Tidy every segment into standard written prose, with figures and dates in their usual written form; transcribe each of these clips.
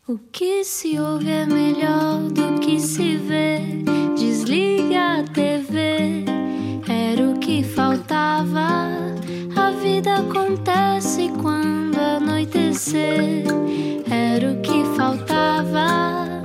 O que se ouve é melhor do que se vê. Desliga a TV, era o que faltava. A vida acontece quando anoitecer, era o que faltava.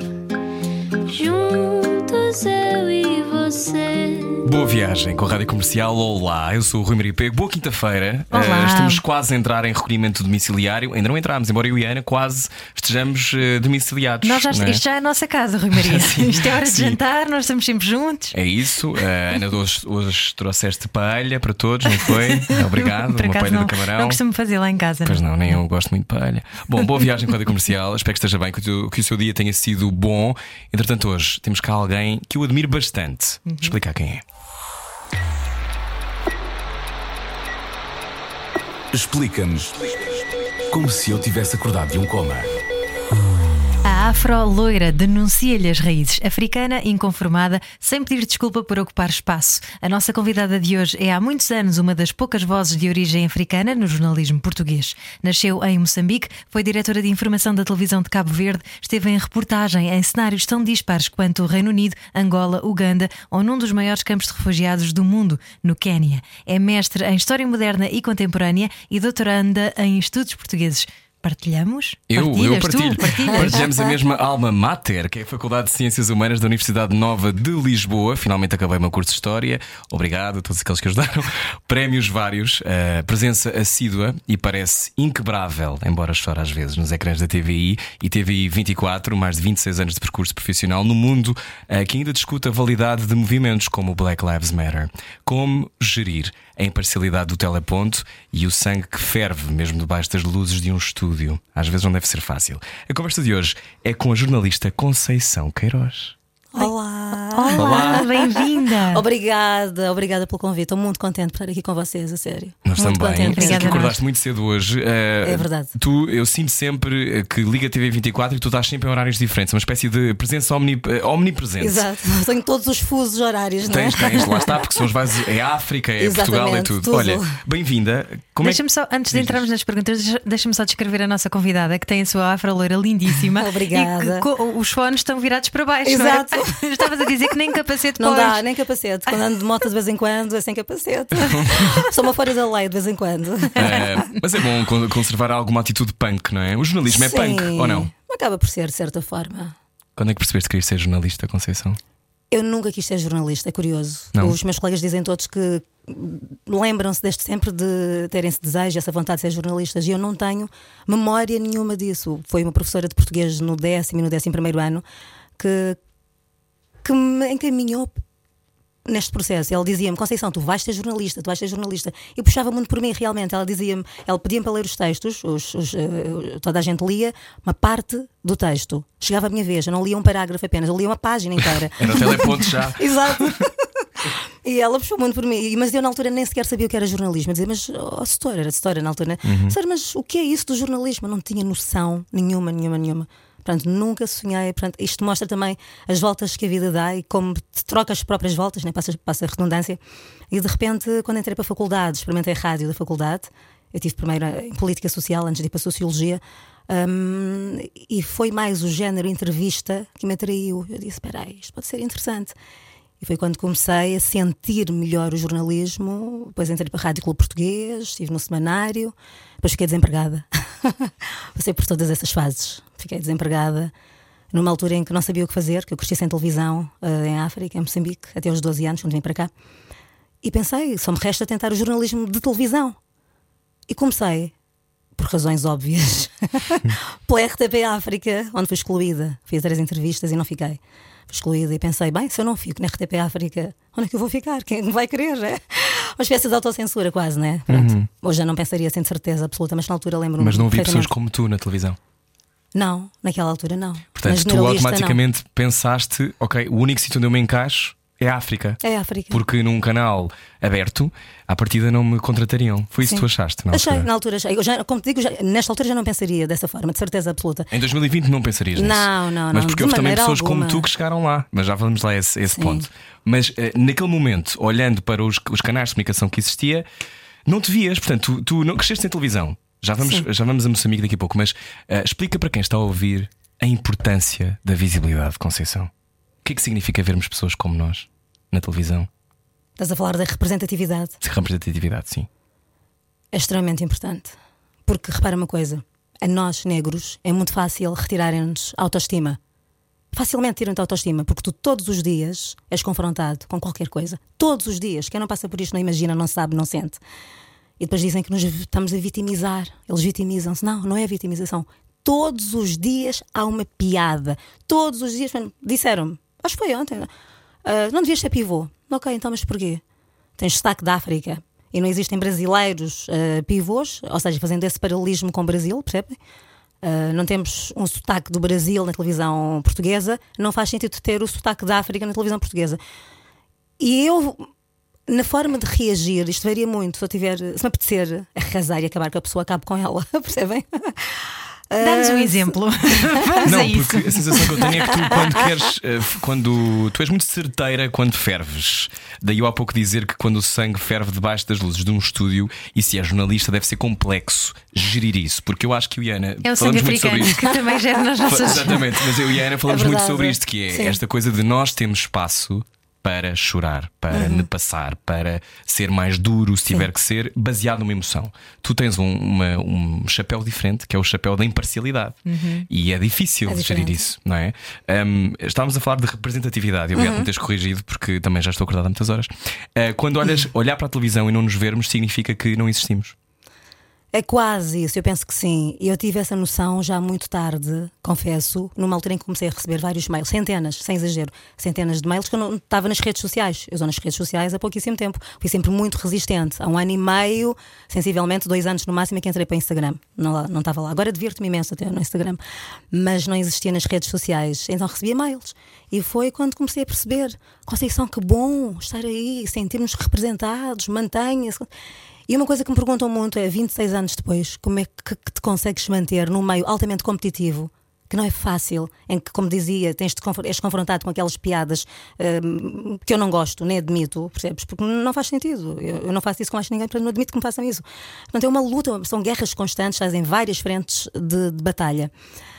Juntos eu e você. Boa viagem com a Rádio Comercial. Olá, eu sou o Rui Maria Pego. Boa quinta-feira. Olá. Estamos quase a entrar em recolhimento domiciliário. Ainda não entramos, embora eu e a Ana quase estejamos domiciliados. Isto já é a nossa casa, Rui Maria. Isto é hora de jantar, nós estamos sempre juntos. É isso. A Ana, hoje trouxeste paella para todos, não foi? Obrigado. Por Uma acaso paella não, de camarão. não costumo fazer lá em casa. Pois não, nem eu gosto muito de paella. Bom, boa viagem com a Rádio Comercial. Espero que esteja bem, que o seu dia tenha sido bom. Entretanto, hoje temos cá alguém que eu admiro bastante. Explicar quem é. Explica-nos como se eu tivesse acordado de um coma. A afro-loira denuncia-lhe as raízes, africana e inconformada, sem pedir desculpa por ocupar espaço. A nossa convidada de hoje é há muitos anos uma das poucas vozes de origem africana no jornalismo português. Nasceu em Moçambique, foi diretora de informação da televisão de Cabo Verde, esteve em reportagem em cenários tão dispares quanto o Reino Unido, Angola, Uganda ou num dos maiores campos de refugiados do mundo, no Quénia. É mestre em História Moderna e Contemporânea e doutoranda em Estudos Portugueses. Partilhamos? Eu partilho. Partilhas? Partilhamos a mesma alma mater, que é a Faculdade de Ciências Humanas da Universidade Nova de Lisboa. Finalmente acabei o meu curso de História. Obrigado a todos aqueles que ajudaram. Prémios vários, presença assídua e parece inquebrável, embora chore às vezes, nos ecrãs da TVI e TVI 24, mais de 26 anos de percurso profissional no mundo que ainda discute a validade de movimentos como o Black Lives Matter. Como gerir a imparcialidade do teleponto e o sangue que ferve mesmo debaixo das luzes de um estúdio. Às vezes não deve ser fácil. A conversa de hoje é com a jornalista Conceição Queiroz. Olá! Olá, bem-vinda! Obrigada pelo convite. Estou muito contente por estar aqui com vocês, a sério. Nós muito também. contente. Sei que Obrigada, acordaste muito cedo hoje. É verdade. Eu sinto sempre que liga a TV 24 e tu estás sempre em horários diferentes. Uma espécie de presença omnipresente. Exato. Tenho todos os fusos horários, não é? Tens, lá está, porque são os bases. É África, é Portugal, é tudo. Olha, bem-vinda. Deixa-me só, antes de entrarmos nas perguntas, deixa-me só descrever a nossa convidada, que tem a sua afro-loira lindíssima. Obrigada. E que, os fones estão virados para baixo. Exato. Não é? Estavas a dizer que nem capacete Não pôs. dá, nem capacete. Quando ando de moto de vez em quando, é sem capacete. Sou uma fora da lei de vez em quando. Mas é bom conservar alguma atitude punk, não é? O jornalismo é punk, ou não? Acaba por ser, de certa forma. Quando é que percebeste que querias ser jornalista, Conceição? Eu nunca quis ser jornalista, é curioso. Não. Os meus colegas dizem todos que lembram-se desde sempre de terem esse desejo, essa vontade de ser jornalistas, e eu não tenho memória nenhuma disso. Foi uma professora de português no 10º e no 11º ano que me encaminhou neste processo. Ela dizia-me: Conceição, tu vais ser jornalista, tu vais ser jornalista. E puxava muito por mim, realmente. Ela pedia-me para ler os textos, toda a gente lia uma parte do texto. Chegava a minha vez, eu não lia um parágrafo apenas, eu lia uma página inteira. Era o teleponto já. Exato. E ela puxou muito por mim. Mas eu na altura nem sequer sabia o que era jornalismo. Eu dizia: mas era setora na altura, né? Mas o que é isso do jornalismo? Eu não tinha noção nenhuma. Portanto, nunca sonhei. Portanto, isto mostra também as voltas que a vida dá e como te troca as próprias voltas, né? Passa a redundância. E de repente, quando entrei para a faculdade, experimentei rádio da faculdade. Eu tive primeiro em política social antes de ir para a sociologia. E foi mais o género entrevista que me atraiu. Eu disse: espera aí, isto pode ser interessante. E foi quando comecei a sentir melhor o jornalismo. Depois entrei para a Rádio Clube Português, estive no semanário, depois fiquei desempregada. Passei por todas essas fases. Fiquei desempregada numa altura em que não sabia o que fazer, que eu cresci sem televisão em África, em Moçambique, até aos 12 anos, quando vim para cá. E pensei: só me resta tentar o jornalismo de televisão. E comecei, por razões óbvias, pela RTP África, onde fui excluída. Fiz 3 entrevistas e não fiquei. Fui excluída e pensei: bem, se eu não fico na RTP África, onde é que eu vou ficar? Quem me vai querer? Uma espécie de autocensura quase, né? Hoje já não pensaria assim de certeza absoluta, mas na altura lembro-me. Mas não havia pessoas como tu na televisão? Não, naquela altura não. Portanto, tu automaticamente pensaste: ok, o único sítio onde eu me encaixo é a África. É a África. Porque num canal aberto, à partida não me contratariam. Foi isso que tu achaste? Achei, na altura achei. Como te digo, nesta altura já não pensaria dessa forma, de certeza absoluta. Em 2020 não pensarias nisso? Não. Mas porque houve também pessoas alguma. como tu que chegaram lá. Mas já vamos lá a esse ponto. Mas naquele momento, olhando para os canais de comunicação que existia, não te vias. Portanto, tu não cresceste em televisão. Já vamos a Moçambique daqui a pouco. Mas explica para quem está a ouvir a importância da visibilidade, Conceição? O que é que significa vermos pessoas como nós na televisão? Estás a falar da representatividade? Representatividade, sim. É extremamente importante. Porque repara uma coisa: a nós negros é muito fácil retirarem-nos a autoestima. Facilmente tiram-te a autoestima, porque tu todos os dias és confrontado com qualquer coisa. Todos os dias. Quem não passa por isto não imagina, não sabe, não sente. E depois dizem que nos estamos a vitimizar. Eles vitimizam-se. Não, não é vitimização. Todos os dias há uma piada. Todos os dias disseram-me, acho que foi ontem, não devias ser pivô. Ok, então mas porquê? Tens sotaque da África e não existem brasileiros pivôs, ou seja, fazendo esse paralelismo com o Brasil, percebem? Não temos um sotaque do Brasil na televisão portuguesa, não faz sentido ter o sotaque da África na televisão portuguesa. E eu, na forma de reagir, isto varia muito. Se me apetecer arrasar e acabar com a pessoa, acabo com ela, percebem? Dá-nos um exemplo. Vamos Não, a isso. porque a sensação que eu tenho é que tu, quando queres, quando tu és muito certeira quando ferves. Daí eu há pouco dizer que quando o sangue ferve debaixo das luzes de um estúdio, e se é jornalista, deve ser complexo gerir isso. Porque eu acho que eu e a Ana É o sangue falamos muito sobre africano isto. que também gera nas nossas. Exatamente, mas eu e a Ana falamos muito verdade. sobre isto, que é Sim. esta coisa de nós termos espaço para chorar, para me passar, para ser mais duro se tiver que ser, baseado numa emoção. Tu tens um chapéu diferente, que é o chapéu da imparcialidade, e é difícil É gerir diferente. isso, não é? Estávamos a falar de representatividade, e obrigado por me teres corrigido, porque também já estou acordado há muitas horas. Quando olhar para a televisão e não nos vermos, significa que não existimos. É quase isso, eu penso que sim. E eu tive essa noção já muito tarde, confesso, numa altura em que comecei a receber vários mails, centenas, sem exagero, centenas de mails que eu não estava nas redes sociais. Eu estou nas redes sociais há pouquíssimo tempo. Fui sempre muito resistente. Há 1 ano e meio, sensivelmente 2 anos no máximo, é que entrei para o Instagram. Não estava lá. Agora divirto-me imenso até no Instagram, mas não existia nas redes sociais. Então recebia mails. E foi quando comecei a perceber: Conceição, que bom estar aí, sentirmos representados, mantenha-se. E uma coisa que me perguntam muito é, 26 anos depois, como é que te consegues manter num meio altamente competitivo, que não é fácil, em que, como dizia, és confrontado com aquelas piadas que eu não gosto, nem admito, percebes? Porque não faz sentido. Eu não faço isso com mais ninguém, portanto não admito que me façam isso. Portanto, é uma luta, são guerras constantes, estás em várias frentes de batalha.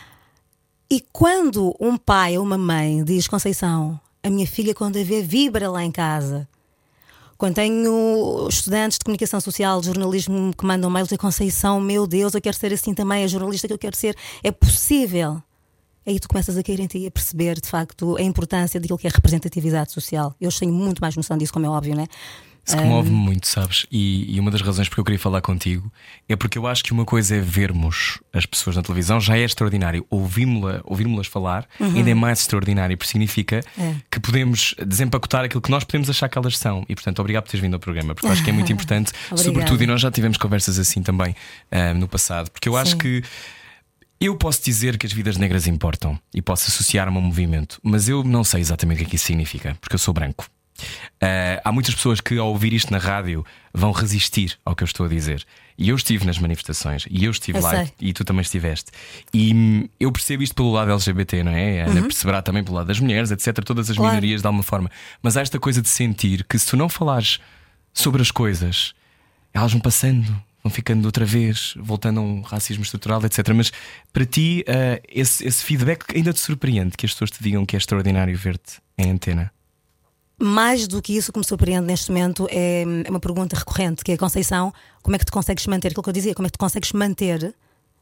E quando um pai ou uma mãe diz: Conceição, a minha filha quando a vê vibra lá em casa. Quando tenho estudantes de comunicação social, de jornalismo, que mandam mails de Conceição, meu Deus, eu quero ser assim também, a jornalista que eu quero ser, é possível. Aí tu começas a cair em ti e a perceber, de facto, a importância daquilo que é representatividade social. Eu tenho muito mais noção disso, como é óbvio, não é? Isso comove-me muito, sabes? E uma das razões porque eu queria falar contigo é porque eu acho que uma coisa é vermos as pessoas na televisão, já é extraordinário. Ouvirmos-las falar ainda é mais extraordinário, porque significa que podemos desempacotar aquilo que nós podemos achar que elas são. E portanto, obrigado por teres vindo ao programa, porque eu acho que é muito importante, sobretudo, e nós já tivemos conversas assim também no passado, porque eu acho que eu posso dizer que as vidas negras importam e posso associar-me a um movimento, mas eu não sei exatamente o que é que isso significa, porque eu sou branco. Há muitas pessoas que, ao ouvir isto na rádio, vão resistir ao que eu estou a dizer. E eu estive nas manifestações, e eu estive lá, e tu também estiveste. E eu percebo isto pelo lado LGBT, não é? A Ana perceberá também pelo lado das mulheres, etc. Todas as minorias de alguma forma. Mas há esta coisa de sentir que se tu não falares sobre as coisas, elas vão passando, vão ficando outra vez, voltando a um racismo estrutural, etc. Mas para ti, esse feedback ainda te surpreende, que as pessoas te digam que é extraordinário ver-te em antena? Mais do que isso, o que me surpreende neste momento é uma pergunta recorrente, que é: Conceição, como é que te consegues manter? Aquilo que eu dizia, como é que te consegues manter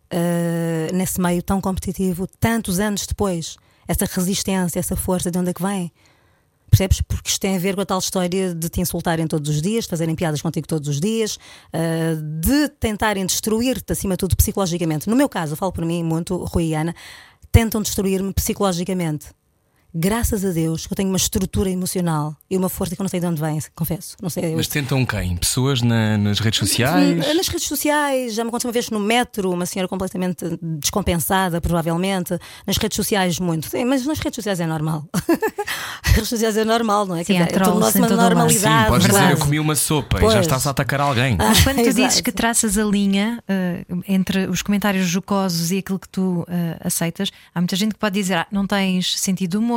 nesse meio tão competitivo, tantos anos depois? Essa resistência, essa força, de onde é que vem? Percebes? Porque isto tem a ver com a tal história de te insultarem todos os dias, de fazerem piadas contigo todos os dias, de tentarem destruir-te, acima de tudo, psicologicamente. No meu caso, eu falo por mim muito, Rui e Ana, tentam destruir-me psicologicamente. Graças a Deus que eu tenho uma estrutura emocional e uma força que eu não sei de onde vem, confesso. Não sei. Mas tentam quem? Pessoas nas redes sociais? Nas redes sociais, já me aconteceu uma vez no metro, uma senhora completamente descompensada, provavelmente. Nas redes sociais, muito. Sim, mas nas redes sociais é normal. As redes sociais é normal, não é? Sim, é tudo nosso, uma normalidade. Sim, podes dizer: quase. eu comi uma sopa Pois. e já estás a atacar alguém. Mas quando tu Exato. dizes que traças a linha entre os comentários jocosos e aquilo que tu aceitas, há muita gente que pode dizer: não tens sentido de humor,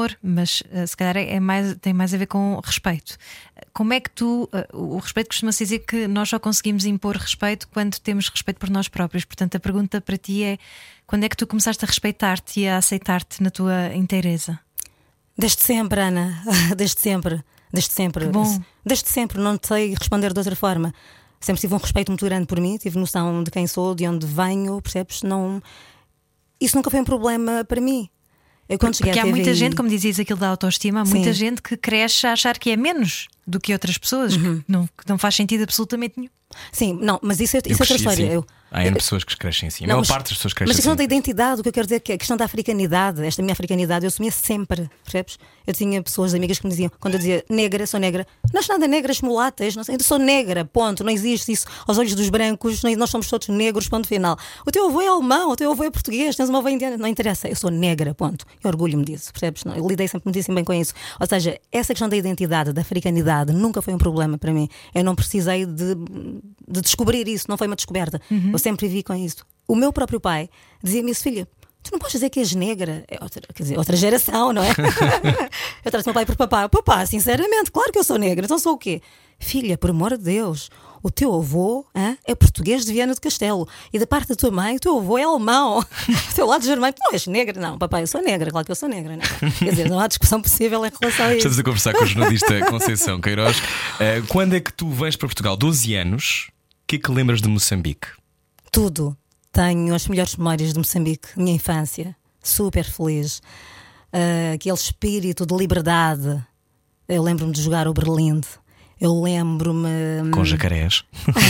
impor, mas se calhar tem mais a ver com respeito. Como é que o respeito, costuma-se dizer que nós só conseguimos impor respeito quando temos respeito por nós próprios. Portanto, a pergunta para ti é: quando é que tu começaste a respeitar-te e a aceitar-te na tua inteireza? Desde sempre, Ana. Desde sempre. Desde sempre. Que bom. Desde sempre. Não sei responder de outra forma. Sempre tive um respeito muito grande por mim. Tive noção de quem sou, de onde venho. Percebes? Não... Isso nunca foi um problema para mim. Porque há muita gente, como dizias aquilo da autoestima, há muita gente que cresce a achar que é menos do que outras pessoas, que não faz sentido absolutamente nenhum. Sim, não, mas isso é outra história. Há N pessoas que crescem assim. A maior parte das pessoas crescem mas a questão assim. da identidade, o que eu quero dizer é que a questão da africanidade, esta minha africanidade, eu assumia sempre, percebes? Eu tinha pessoas, amigas que me diziam, quando eu dizia negra, sou negra, não acho nada negras, mulatas, não sei, eu sou negra, ponto, não existe isso aos olhos dos brancos, nós somos todos negros, ponto final. O teu avô é alemão, o teu avô é português, tens uma avó indiana, não interessa, eu sou negra, ponto. Eu orgulho-me disso, percebes? Eu lidei sempre muitíssimo bem com isso. Ou seja, essa questão da identidade, da africanidade, nunca foi um problema para mim. Eu não precisei de descobrir isso, não foi uma descoberta. Eu sempre vivi com isso. O meu próprio pai dizia-me isso: filha, tu não podes dizer que és negra. É outra geração, não é? Eu trato meu pai por papá. Papá, sinceramente, claro que eu sou negra. Então sou o quê? Filha, por amor de Deus, o teu avô é português de Viana do Castelo. E da parte da tua mãe, o teu avô é alemão. O teu lado germânico, tu não és negra. Não, papai, eu sou negra, claro que eu sou negra, não é? Quer dizer, não há discussão possível em relação a isso. Estamos a conversar com a jornalista Conceição Queiroz. Quando é que tu vens para Portugal? 12 anos. O que é que lembras de Moçambique? Tudo. Tenho as melhores memórias de Moçambique. Minha infância, super feliz. Aquele espírito de liberdade. Eu lembro-me de jogar o Berlinde. Eu lembro-me. Com jacarés.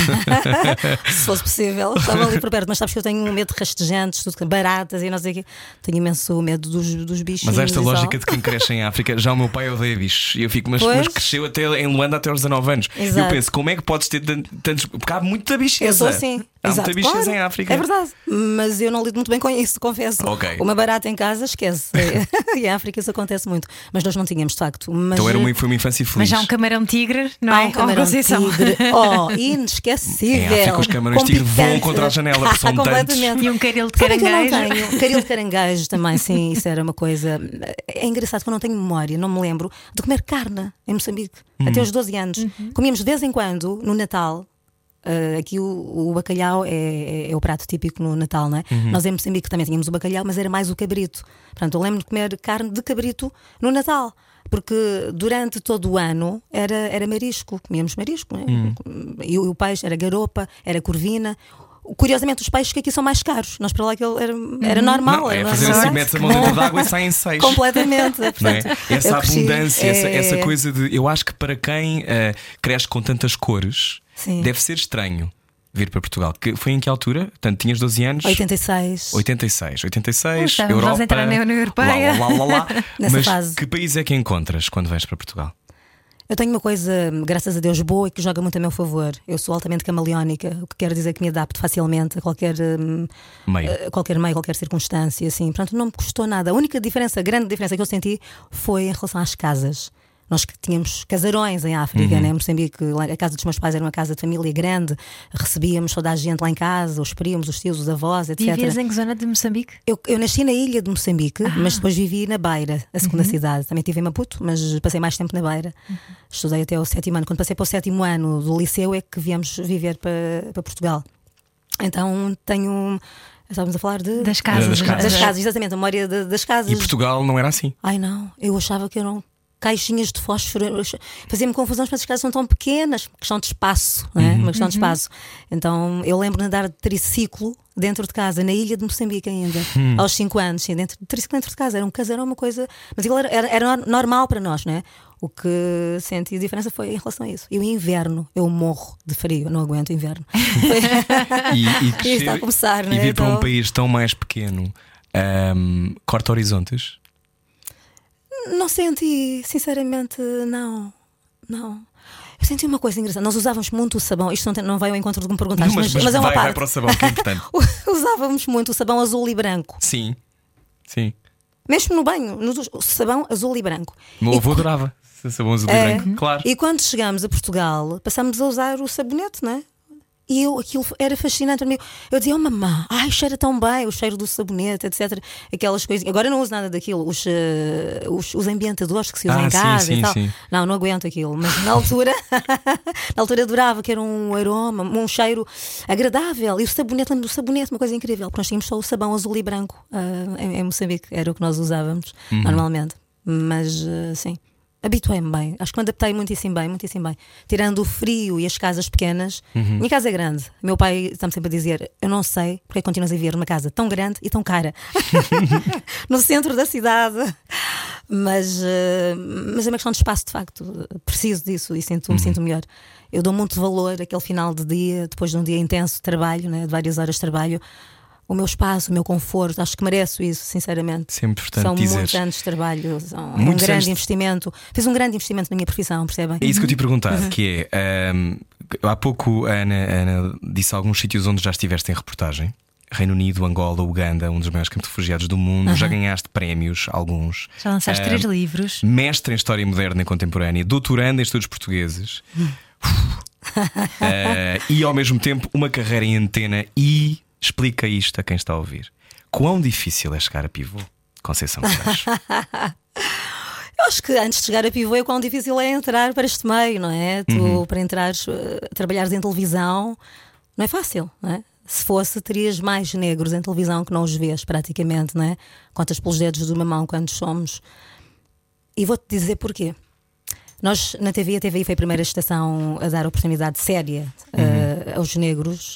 Se fosse possível, estava ali por perto. Mas sabes que eu tenho medo de rastejantes, tudo, baratas e não sei o quê. Tenho imenso medo dos bichos. Mas há esta lógica de quem cresce em África. Já o meu pai odeia bichos. E eu fico, mas cresceu até em Luanda até aos 19 anos. Exato. E eu penso, como é que podes ter tantos. Porque há muita bicheza. Eu sou assim. Há Exato, muita bicheza claro, em África. É verdade. Mas eu não lido muito bem com isso, confesso. Okay. Uma barata em casa, esquece. E em África isso acontece muito. Mas nós não tínhamos, de facto. Mas... Então foi uma infância feliz. Mas já um camarão-tigre, não é? Um camarão-tigre. Inesquecível. Em África os camarões-tigre voam contra a janela, porque são tantos. E um caril de caranguejo. Caril de caranguejo também, sim. Isso era uma coisa. É engraçado que eu não tenho memória, não me lembro de comer carne em Moçambique. Até aos 12 anos. Comíamos de vez em quando, no Natal. Aqui o bacalhau é o prato típico no Natal, não é? Nós em Moçambique também tínhamos o bacalhau, mas era mais o cabrito. Portanto, eu lembro de comer carne de cabrito no Natal, porque durante todo o ano era marisco, comíamos marisco, não é? E o peixe era garopa, era corvina. Curiosamente, os peixes que aqui são mais caros. Nós para lá que era normal. Não, fazer assim, metes a mão dentro da água e saem 6. Completamente. Portanto, não é? Essa abundância, essa coisa de. Eu acho que para quem cresce com tantas cores, sim, deve ser estranho vir para Portugal. Foi em que altura? Portanto, tinhas 12 anos? 86. 86, Europa. Nós entrar na União Europeia. Nessa Mas fase. Que país é que encontras quando vais para Portugal? Eu tenho uma coisa, graças a Deus, boa e que joga muito a meu favor. Eu sou altamente camaleónica, o que quer dizer que me adapto facilmente a qualquer meio, qualquer circunstância. Assim. Portanto, não me custou nada. A única diferença, a grande diferença que eu senti foi em relação às casas. Nós que tínhamos casarões em África, né? Moçambique, a casa dos meus pais era uma casa de família grande, recebíamos toda a gente lá em casa, os primos, os tios, os avós, etc. Vivias em que zona de Moçambique? Eu nasci na ilha de Moçambique, mas depois vivi na Beira, a segunda cidade. Também estive em Maputo, mas passei mais tempo na Beira. Estudei até o 7º ano. Quando passei para o 7º ano do liceu é que viemos viver para Portugal. Então tenho... Estávamos a falar das casas. Das casas, exatamente, a memória das casas. E Portugal não era assim? Ai não, eu achava que eram caixinhas de fósforo. Fazia-me confusão, mas as casas são tão pequenas. Questão de espaço, não é? Uma questão de espaço. Então eu lembro de andar de triciclo dentro de casa, na ilha de Moçambique ainda, aos 5 anos, sim, de triciclo dentro de casa. Era um casarão, uma coisa. Mas aquilo era normal para nós, não é? O que senti a diferença foi em relação a isso. E o inverno, eu morro de frio, eu não aguento o inverno. e está a começar, não é? E vir para um país tão mais pequeno, corta horizontes? Não senti, sinceramente, não. Eu senti uma coisa engraçada. Nós usávamos muito o sabão. Isto não vai ao encontro de me perguntar, mas é uma parte. Vai para o sabão, que é importante. Usávamos muito o sabão azul e branco. Sim. Mesmo no banho, o sabão azul e branco. O meu avô adorava sabão azul e branco, claro. E quando chegámos a Portugal, passámos a usar o sabonete, não é? E aquilo era fascinante para mim. Eu dizia, mamã, cheira tão bem, o cheiro do sabonete, etc. Aquelas coisas. Agora eu não uso nada daquilo. Os ambientadores que se usam em casa e tal. Sim. Não aguento aquilo. Mas na altura, adorava, que era um aroma, um cheiro agradável. E o sabonete, lembro do sabonete, uma coisa incrível. Porque nós tínhamos só o sabão azul e branco em Moçambique, era o que nós usávamos normalmente. Mas sim. Habituei-me bem, acho que me adaptei muitíssimo bem. Tirando o frio e as casas pequenas, minha casa é grande. Meu pai está-me sempre a dizer: eu não sei porque continuas a viver numa casa tão grande e tão cara no centro da cidade. Mas é uma questão de espaço, de facto. Preciso disso e me sinto melhor. Eu dou muito valor àquele final de dia, depois de um dia intenso de trabalho, né, de várias horas de trabalho. O meu espaço, o meu conforto, acho que mereço isso, sinceramente. Sempre importante são dizer. muitos anos de trabalho, um grande investimento. Fiz um grande investimento na minha profissão, percebem? É isso que eu te ia perguntar, que é há pouco a Ana disse alguns sítios onde já estiveste em reportagem. Reino Unido, Angola, Uganda, um dos maiores campos de refugiados do mundo. Já ganhaste prémios, alguns. Já lançaste 3 livros. Mestre em História Moderna e Contemporânea, doutorando em Estudos Portugueses. E ao mesmo tempo uma carreira em antena. E explica isto a quem está a ouvir. Quão difícil é chegar a Pivô, Conceição Queiroz? Eu acho que antes de chegar a Pivô, quão difícil é entrar para este meio, não é? Tu, para entrares, trabalhares em televisão, não é fácil, não é? Se fosse, terias mais negros em televisão que não os vês, praticamente, não é? Contas pelos dedos de uma mão quantos somos. E vou-te dizer porquê. Nós, na TV, a TVI foi a primeira estação a dar oportunidade séria aos negros.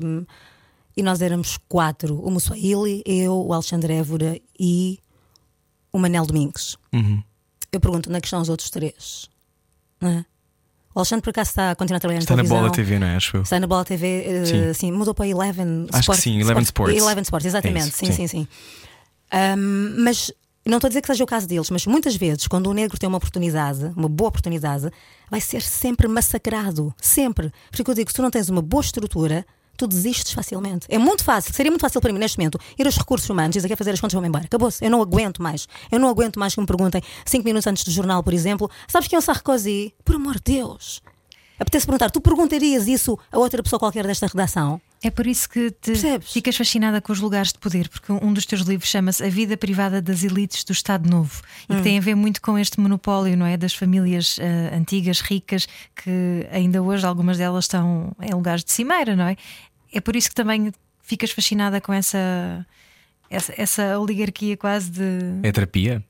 E nós éramos 4: o Mussuaili, eu, o Alexandre Évora e o Manel Domingues. Eu pergunto, onde é que estão os outros 3? Não é? O Alexandre, por acaso, continua a trabalhar na televisão. Está na Bola TV, não é? Acho eu. Está na Bola TV, sim, mudou para Eleven Acho Sports. que sim, Eleven Sports. Eleven Sports, exatamente, É isso, sim. Mas não estou a dizer que seja o caso deles, mas muitas vezes, quando o negro tem uma oportunidade, uma boa oportunidade, vai ser sempre massacrado. Sempre. Porque eu digo, se tu não tens uma boa estrutura, tu desistes facilmente. É muito fácil, seria muito fácil para mim neste momento ir aos recursos humanos e dizer que é fazer as contas e vou-me embora. Acabou-se, eu não aguento mais. Eu não aguento mais que me perguntem 5 minutos antes do jornal, por exemplo: sabes quem é o Sarkozy? Por amor de Deus. Apetece perguntar, tu perguntarias isso a outra pessoa qualquer desta redação? É por isso que ficas fascinada com os lugares de poder, porque um dos teus livros chama-se A Vida Privada das Elites do Estado Novo e que tem a ver muito com este monopólio, não é? Das famílias antigas, ricas, que ainda hoje algumas delas estão em lugares de cimeira, não é? É por isso que também ficas fascinada com essa oligarquia quase de... É terapia?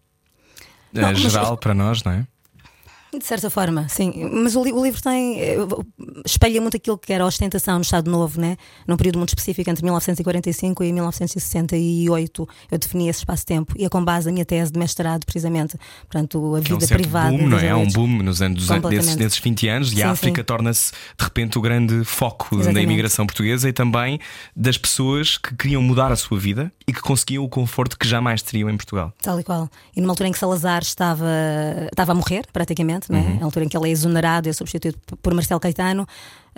Geral para nós, não é? De certa forma, sim. Mas o livro espelha muito aquilo que era a ostentação no Estado Novo, né? Num período muito específico entre 1945 e 1968. Eu defini esse espaço-tempo e é com base na minha tese de mestrado, precisamente. Portanto, a vida privada. Boom, não é? Há um boom nesses 20 anos e a África torna-se de repente o grande foco da imigração portuguesa e também das pessoas que queriam mudar a sua vida e que conseguiam o conforto que jamais teriam em Portugal. Tal e qual. E numa altura em que Salazar estava a morrer, praticamente. Na altura em que ele é exonerado, é substituído por Marcelo Caetano,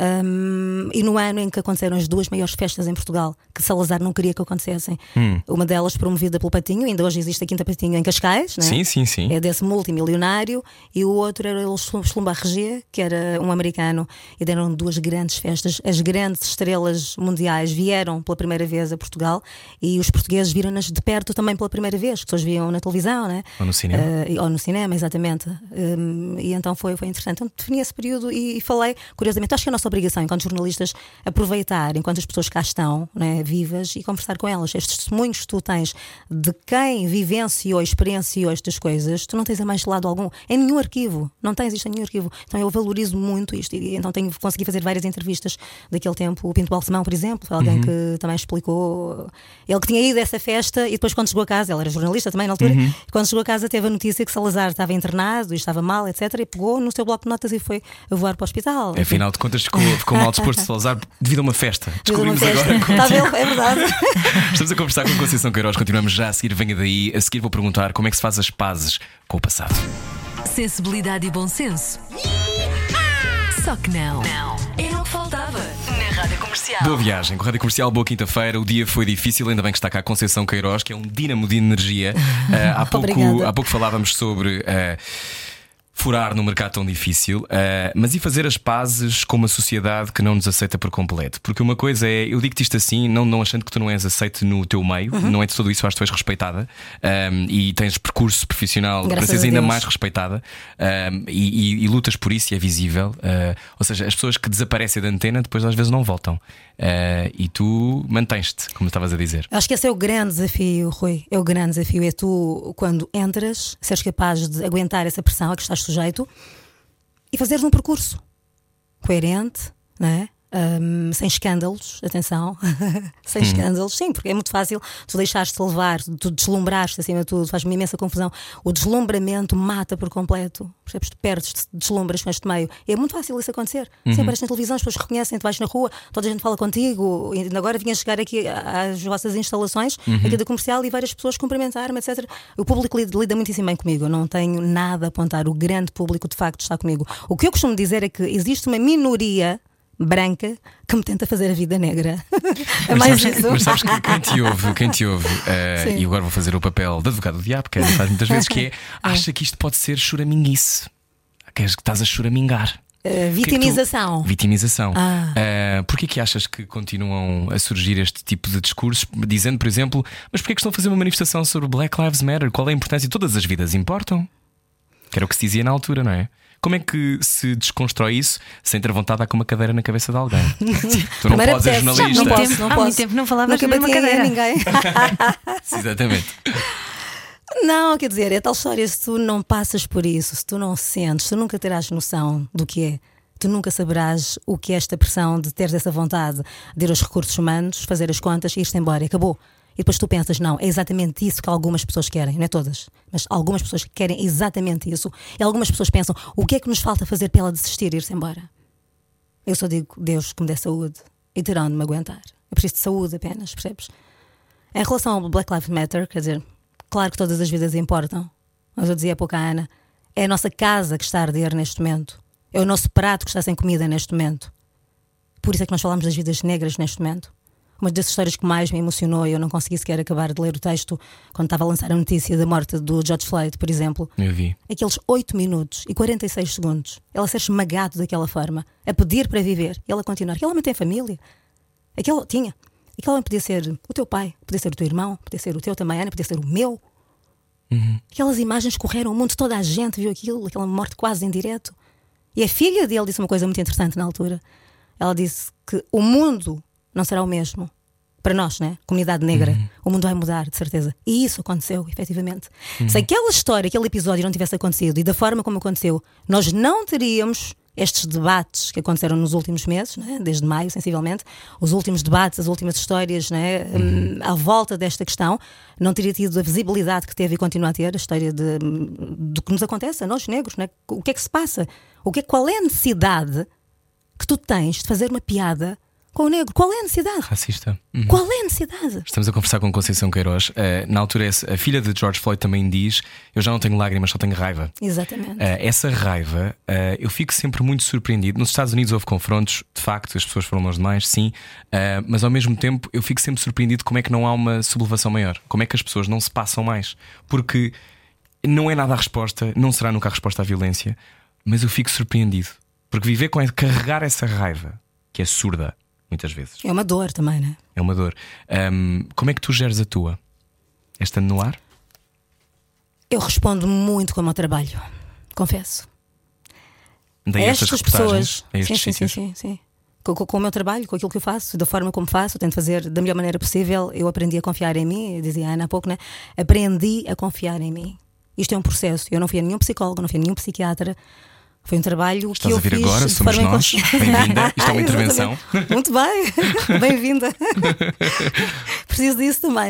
e no ano em que aconteceram as 2 maiores festas em Portugal, que Salazar não queria que acontecessem. Uma delas promovida pelo Patinho, ainda hoje existe a Quinta Patinho em Cascais, não é? Sim. É desse multimilionário. E o outro era o Schlumberger, que era um americano, e deram 2 grandes festas. As grandes estrelas mundiais vieram pela primeira vez a Portugal e os portugueses viram-nas de perto também pela primeira vez, que pessoas viam na televisão, né? Ou no cinema. Ou no cinema, exatamente. E então foi interessante. Então defini esse período e falei, curiosamente, acho que a nossa obrigação enquanto jornalistas aproveitar enquanto as pessoas cá estão, né, vivas, e conversar com elas. Estes testemunhos que tu tens de quem vivenciou, experienciou estas coisas, tu não tens a mais de lado algum em nenhum arquivo, não tens isto em nenhum arquivo. Então eu valorizo muito isto e então consegui fazer várias entrevistas daquele tempo. O Pinto Balsemão, por exemplo, alguém que também explicou, ele que tinha ido a essa festa e depois quando chegou a casa, ele era jornalista também na altura, quando chegou a casa teve a notícia que Salazar estava internado e estava mal, etc, e pegou no seu bloco de notas e foi a voar para o hospital. Afinal de contas ficou mal disposto de Salazar devido a uma festa. Descobrimos agora. Está a ver? É verdade. Estamos a conversar com Conceição Queiroz. Continuamos já a seguir. Venha daí. A seguir vou perguntar como é que se faz as pazes com o passado. Sensibilidade e bom senso. Só que não. Era o que faltava na Rádio Comercial. Boa viagem com a Rádio Comercial, boa quinta-feira. O dia foi difícil, ainda bem que está cá a Conceição Queiroz, que é um dínamo de energia. Há pouco falávamos sobre furar num mercado tão difícil, mas e fazer as pazes com uma sociedade que não nos aceita por completo? Porque uma coisa é, eu digo-te isto assim, não achando que tu não és aceite no teu meio, não é de tudo isso, acho que tu és respeitada, e tens percurso profissional para seres ainda mais respeitada, e lutas por isso e é visível. Ou seja, as pessoas que desaparecem da antena depois às vezes não voltam, e tu mantens-te, como estavas a dizer. Acho que esse é o grande desafio, Rui. É o grande desafio. É tu, quando entras, seres capaz de aguentar essa pressão a que estás sujeito e fazeres um percurso coerente, não é? Sem escândalos, atenção, sem escândalos, sim, porque é muito fácil tu deixares-te levar, tu deslumbraste acima de tudo, faz uma imensa confusão. O deslumbramento mata por completo, percebes? Tu perdes-te, deslumbras com este meio. E é muito fácil isso acontecer. Sempre aparece na televisão, as pessoas reconhecem, tu vais na rua, toda a gente fala contigo. E agora vinha chegar aqui às vossas instalações, aqui da Comercial, e várias pessoas cumprimentar-me, etc. O público lida muitíssimo bem comigo, eu não tenho nada a apontar. O grande público de facto está comigo. O que eu costumo dizer é que existe uma minoria branca que me tenta fazer a vida negra. É mais isso. Mas sabes que quem te ouve e agora vou fazer o papel de advogado do diabo, que faz muitas vezes, que é acha que isto pode ser choraminguice, que estás a choramingar. Vitimização. Vitimização. Porquê que achas que continuam a surgir este tipo de discursos, dizendo, por exemplo, mas porquê que estão a fazer uma manifestação sobre Black Lives Matter? Qual é a importância? Todas as vidas importam. Que era o que se dizia na altura, não é? Como é que se desconstrói isso sem ter vontade de dar com uma cadeira na cabeça de alguém? Tu não podes ser jornalista. Não posso. Há muito tempo não falavas Nunca numa cadeira. Ninguém. Exatamente. Não, quer dizer, é tal história. Se tu não passas por isso, se tu não sentes, tu nunca terás noção do que é. Tu nunca saberás o que é esta pressão de teres essa vontade de ir aos recursos humanos, fazer as contas e ir-te embora. Acabou. E depois tu pensas, não, é exatamente isso que algumas pessoas querem, não é todas, mas algumas pessoas querem exatamente isso. E algumas pessoas pensam, o que é que nos falta fazer para ela desistir e ir-se embora? Eu só digo, Deus que me dê saúde e terão de me aguentar. Eu preciso de saúde apenas, percebes? Em relação ao Black Lives Matter, quer dizer, claro que todas as vidas importam, mas eu dizia há pouco à Ana, é a nossa casa que está a arder neste momento, é o nosso prato que está sem comida neste momento. Por isso é que nós falamos das vidas negras neste momento. Uma das histórias que mais me emocionou, e eu não consegui sequer acabar de ler o texto quando estava a lançar a notícia da morte do George Floyd, por exemplo. Eu vi. Aqueles 8 minutos e 46 segundos, ela ser esmagado daquela forma, a pedir para viver, e ela continuar. Aquele homem tem família. Aquele homem podia ser o teu pai, podia ser o teu irmão, podia ser o teu também, Ana, podia ser o meu. Aquelas imagens correram o mundo, toda a gente viu aquilo, aquela morte quase em direto. E a filha dele disse uma coisa muito interessante na altura. Ela disse que o mundo não será o mesmo para nós, né? Comunidade negra. O mundo vai mudar, de certeza. E isso aconteceu, efetivamente. Se aquela história, aquele episódio não tivesse acontecido e da forma como aconteceu, nós não teríamos estes debates que aconteceram nos últimos meses, né? Desde maio, sensivelmente. Os últimos debates, as últimas histórias, né? À volta desta questão. Não teria tido a visibilidade que teve e continua a ter a história do que nos acontece a nós negros, né? O que é que se passa? Qual é a necessidade que tu tens de fazer uma piada com o negro? Qual é a necessidade? Racista. Qual é a necessidade? Estamos a conversar com Conceição Queiroz. Na altura, a filha de George Floyd também diz: eu já não tenho lágrimas, só tenho raiva. Exatamente. Essa raiva, eu fico sempre muito surpreendido. Nos Estados Unidos houve confrontos, de facto, as pessoas foram longe demais, sim, mas ao mesmo tempo eu fico sempre surpreendido como é que não há uma sublevação maior. Como é que as pessoas não se passam mais? Porque não é nada a resposta, não será nunca a resposta à violência, mas eu fico surpreendido. Porque viver com carregar essa raiva, que é surda muitas vezes. É uma dor também, não é? É uma dor. Como é que tu geres a tua? Estando no ar? Eu respondo muito com o meu trabalho, confesso. Daí estas pessoas, sim. Com o meu trabalho, com aquilo que eu faço, da forma como faço, eu tento fazer da melhor maneira possível. Eu aprendi a confiar em mim, eu dizia a Ana há pouco, né? Aprendi a confiar em mim. Isto é um processo. Eu não fui a nenhum psicólogo, não fui a nenhum psiquiatra. Foi um trabalho que eu fiz. Estás a vir agora? Somos nós. Bem-vinda. Isto é uma intervenção. Muito bem. Bem-vinda. Preciso disso também.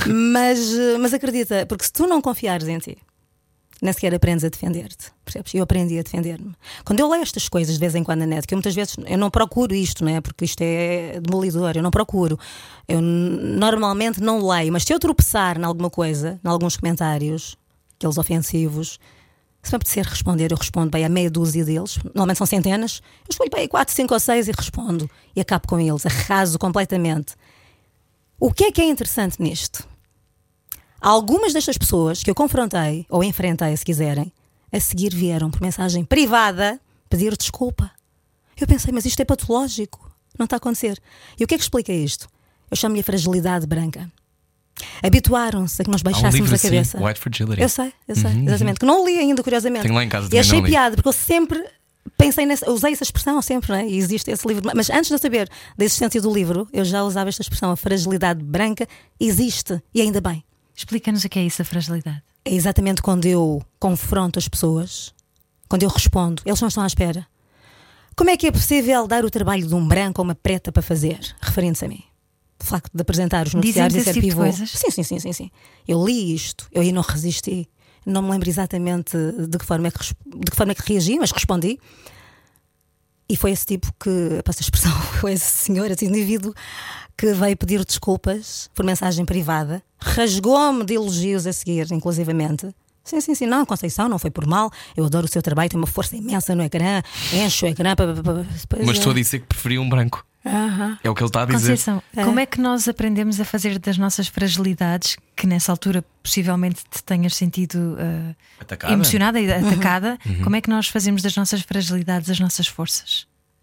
Mas acredita, porque se tu não confiares em ti, nem sequer aprendes a defender-te. Percebes? Eu aprendi a defender-me. Quando eu leio estas coisas de vez em quando na net, que eu muitas vezes eu não procuro isto, não é? Porque isto é demolidor, eu não procuro. Eu normalmente não leio, mas se eu tropeçar em alguma coisa, em alguns comentários, aqueles ofensivos, se me apetecer responder, eu respondo bem a meia dúzia deles. Normalmente são centenas. Eu escolho bem 4, 5 ou 6 e respondo. E acabo com eles, arraso completamente. O que é interessante nisto? Algumas destas pessoas que eu confrontei, ou enfrentei, se quiserem, A seguir vieram por mensagem privada pedir desculpa. Eu pensei, mas isto é patológico, não está a acontecer. E o que é que explica isto? Eu chamo-lhe a fragilidade branca. Habituaram-se a que nós baixássemos a cabeça. White Fragility. Eu sei, exatamente. Que não li ainda, curiosamente. Tenho lá em casa e também, achei não li. piada, porque eu sempre pensei nessa, usei essa expressão sempre, não é? E existe esse livro. Mas antes de eu saber da existência do livro, eu já usava esta expressão. A fragilidade branca existe, e ainda bem. Explica-nos o que é isso, a fragilidade. É exatamente quando eu confronto as pessoas, quando eu respondo, eles não estão à espera. Como é que é possível dar o trabalho de um branco ou uma preta para fazer? Referindo-se a mim. O facto de apresentar os noticiários e ser tipo pivô. coisas? Sim. Eu li isto, eu aí não resisti. Não me lembro exatamente de que forma é que reagi, mas respondi. E foi esse tipo que, passo a expressão, foi esse senhor, esse indivíduo que veio pedir desculpas por mensagem privada, rasgou-me de elogios a seguir, inclusivamente. Sim, não, Conceição, não foi por mal. Eu adoro o seu trabalho, tem uma força imensa no ecrã, enche o ecrã. Mas estou a dizer que preferia um branco. É o que ele está a dizer. Conceição, como é que nós aprendemos a fazer das nossas fragilidades, que nessa altura possivelmente te tenhas sentido Atacada? emocionada e atacada, como é que nós fazemos das nossas fragilidades as nossas forças?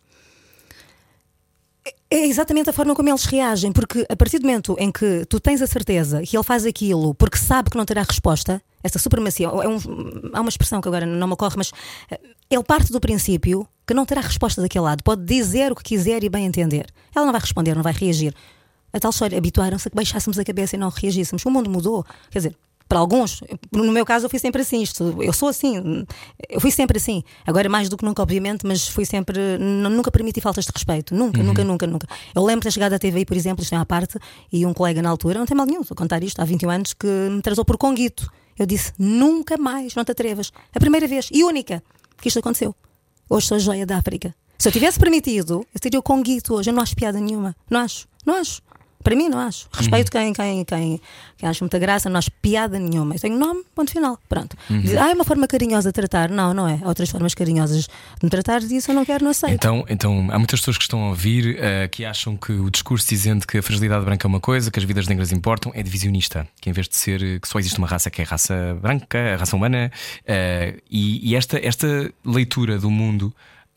É exatamente a forma como eles reagem, porque a partir do momento em que tu tens a certeza que ele faz aquilo porque sabe que não terá resposta, essa supremacia, há uma expressão que agora não me ocorre, mas ele parte do princípio que não terá resposta daquele lado, pode dizer o que quiser e bem entender. Ela não vai responder, não vai reagir. A tal história, habituaram-se a que baixássemos a cabeça e não reagíssemos. O mundo mudou, quer dizer, para alguns, no meu caso eu fui sempre assim, eu sou assim, eu fui sempre assim, agora mais do que nunca obviamente, mas fui sempre, nunca permiti faltas de respeito, nunca. Eu lembro de ter chegado à TVI, por exemplo, isto é à parte, e um colega na altura, não tem mal nenhum, estou a contar isto, há 21 anos, que me trazou por conguito. Eu disse, nunca mais, não te atrevas, a primeira vez e única que isto aconteceu. Hoje sou a joia da África. Se eu tivesse permitido, eu teria o conguito hoje, eu não acho piada nenhuma, não acho. Para mim não acho. Respeito quem acha muita graça, não acho piada nenhuma. Eu tenho nome, ponto final. Pronto. Diz, é uma forma carinhosa de tratar. Não é. Há outras formas carinhosas de me tratar, disso eu não quero, não aceito. Então há muitas pessoas que estão a ouvir que acham que o discurso dizendo que a fragilidade branca é uma coisa, que as vidas negras importam, é divisionista. Que em vez de ser que só existe uma raça que é a raça branca, a raça humana, e esta leitura do mundo,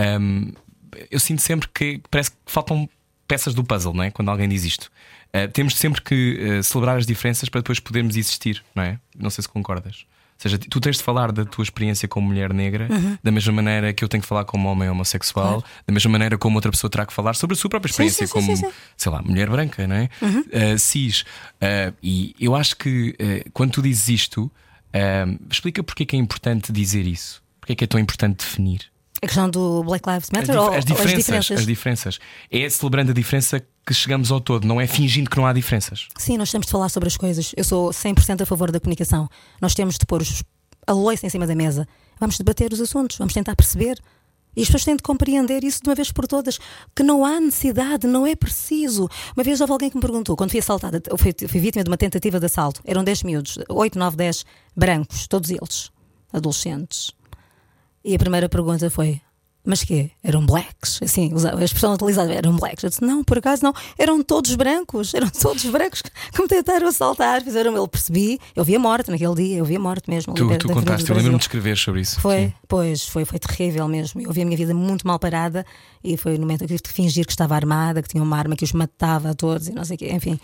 eu sinto sempre que parece que faltam peças do puzzle, não é? Quando alguém diz isto. Temos sempre que celebrar as diferenças para depois podermos existir, não é? Não sei se concordas. Ou seja, tu tens de falar da tua experiência como mulher negra da mesma maneira que eu tenho que falar como homem homossexual, da mesma maneira como outra pessoa terá que falar sobre a sua própria experiência como, sei lá, mulher branca, não é? Cis. E eu acho que quando tu dizes isto, explica porque é que é importante dizer isso. Porque é que é tão importante definir. A questão do Black Lives Matter as diferenças. É celebrando a diferença que chegamos ao todo, não é fingindo que não há diferenças. Sim, nós temos de falar sobre as coisas. Eu sou 100% a favor da comunicação. Nós temos de pôr a loiça em cima da mesa. Vamos debater os assuntos, vamos tentar perceber. E as pessoas têm de compreender isso de uma vez por todas, que não há necessidade, não é preciso. Uma vez houve alguém que me perguntou, quando fui assaltada, eu fui vítima de uma tentativa de assalto. Eram 10 miúdos, 8, 9, 10 brancos, todos eles, adolescentes. E a primeira pergunta foi: mas quê? Eram blacks? Assim, a expressão utilizada, eram blacks. Eu disse, não, por acaso não, eram todos brancos que me tentaram assaltar. Fizeram, eu percebi, eu vi a morte naquele dia, eu vi a morte mesmo. Tu contaste, eu lembro-me de escrever sobre isso. Foi terrível mesmo. Eu vi a minha vida muito mal parada e foi no momento que eu tive de fingir que estava armada, que tinha uma arma que os matava a todos e não sei o quê. Enfim,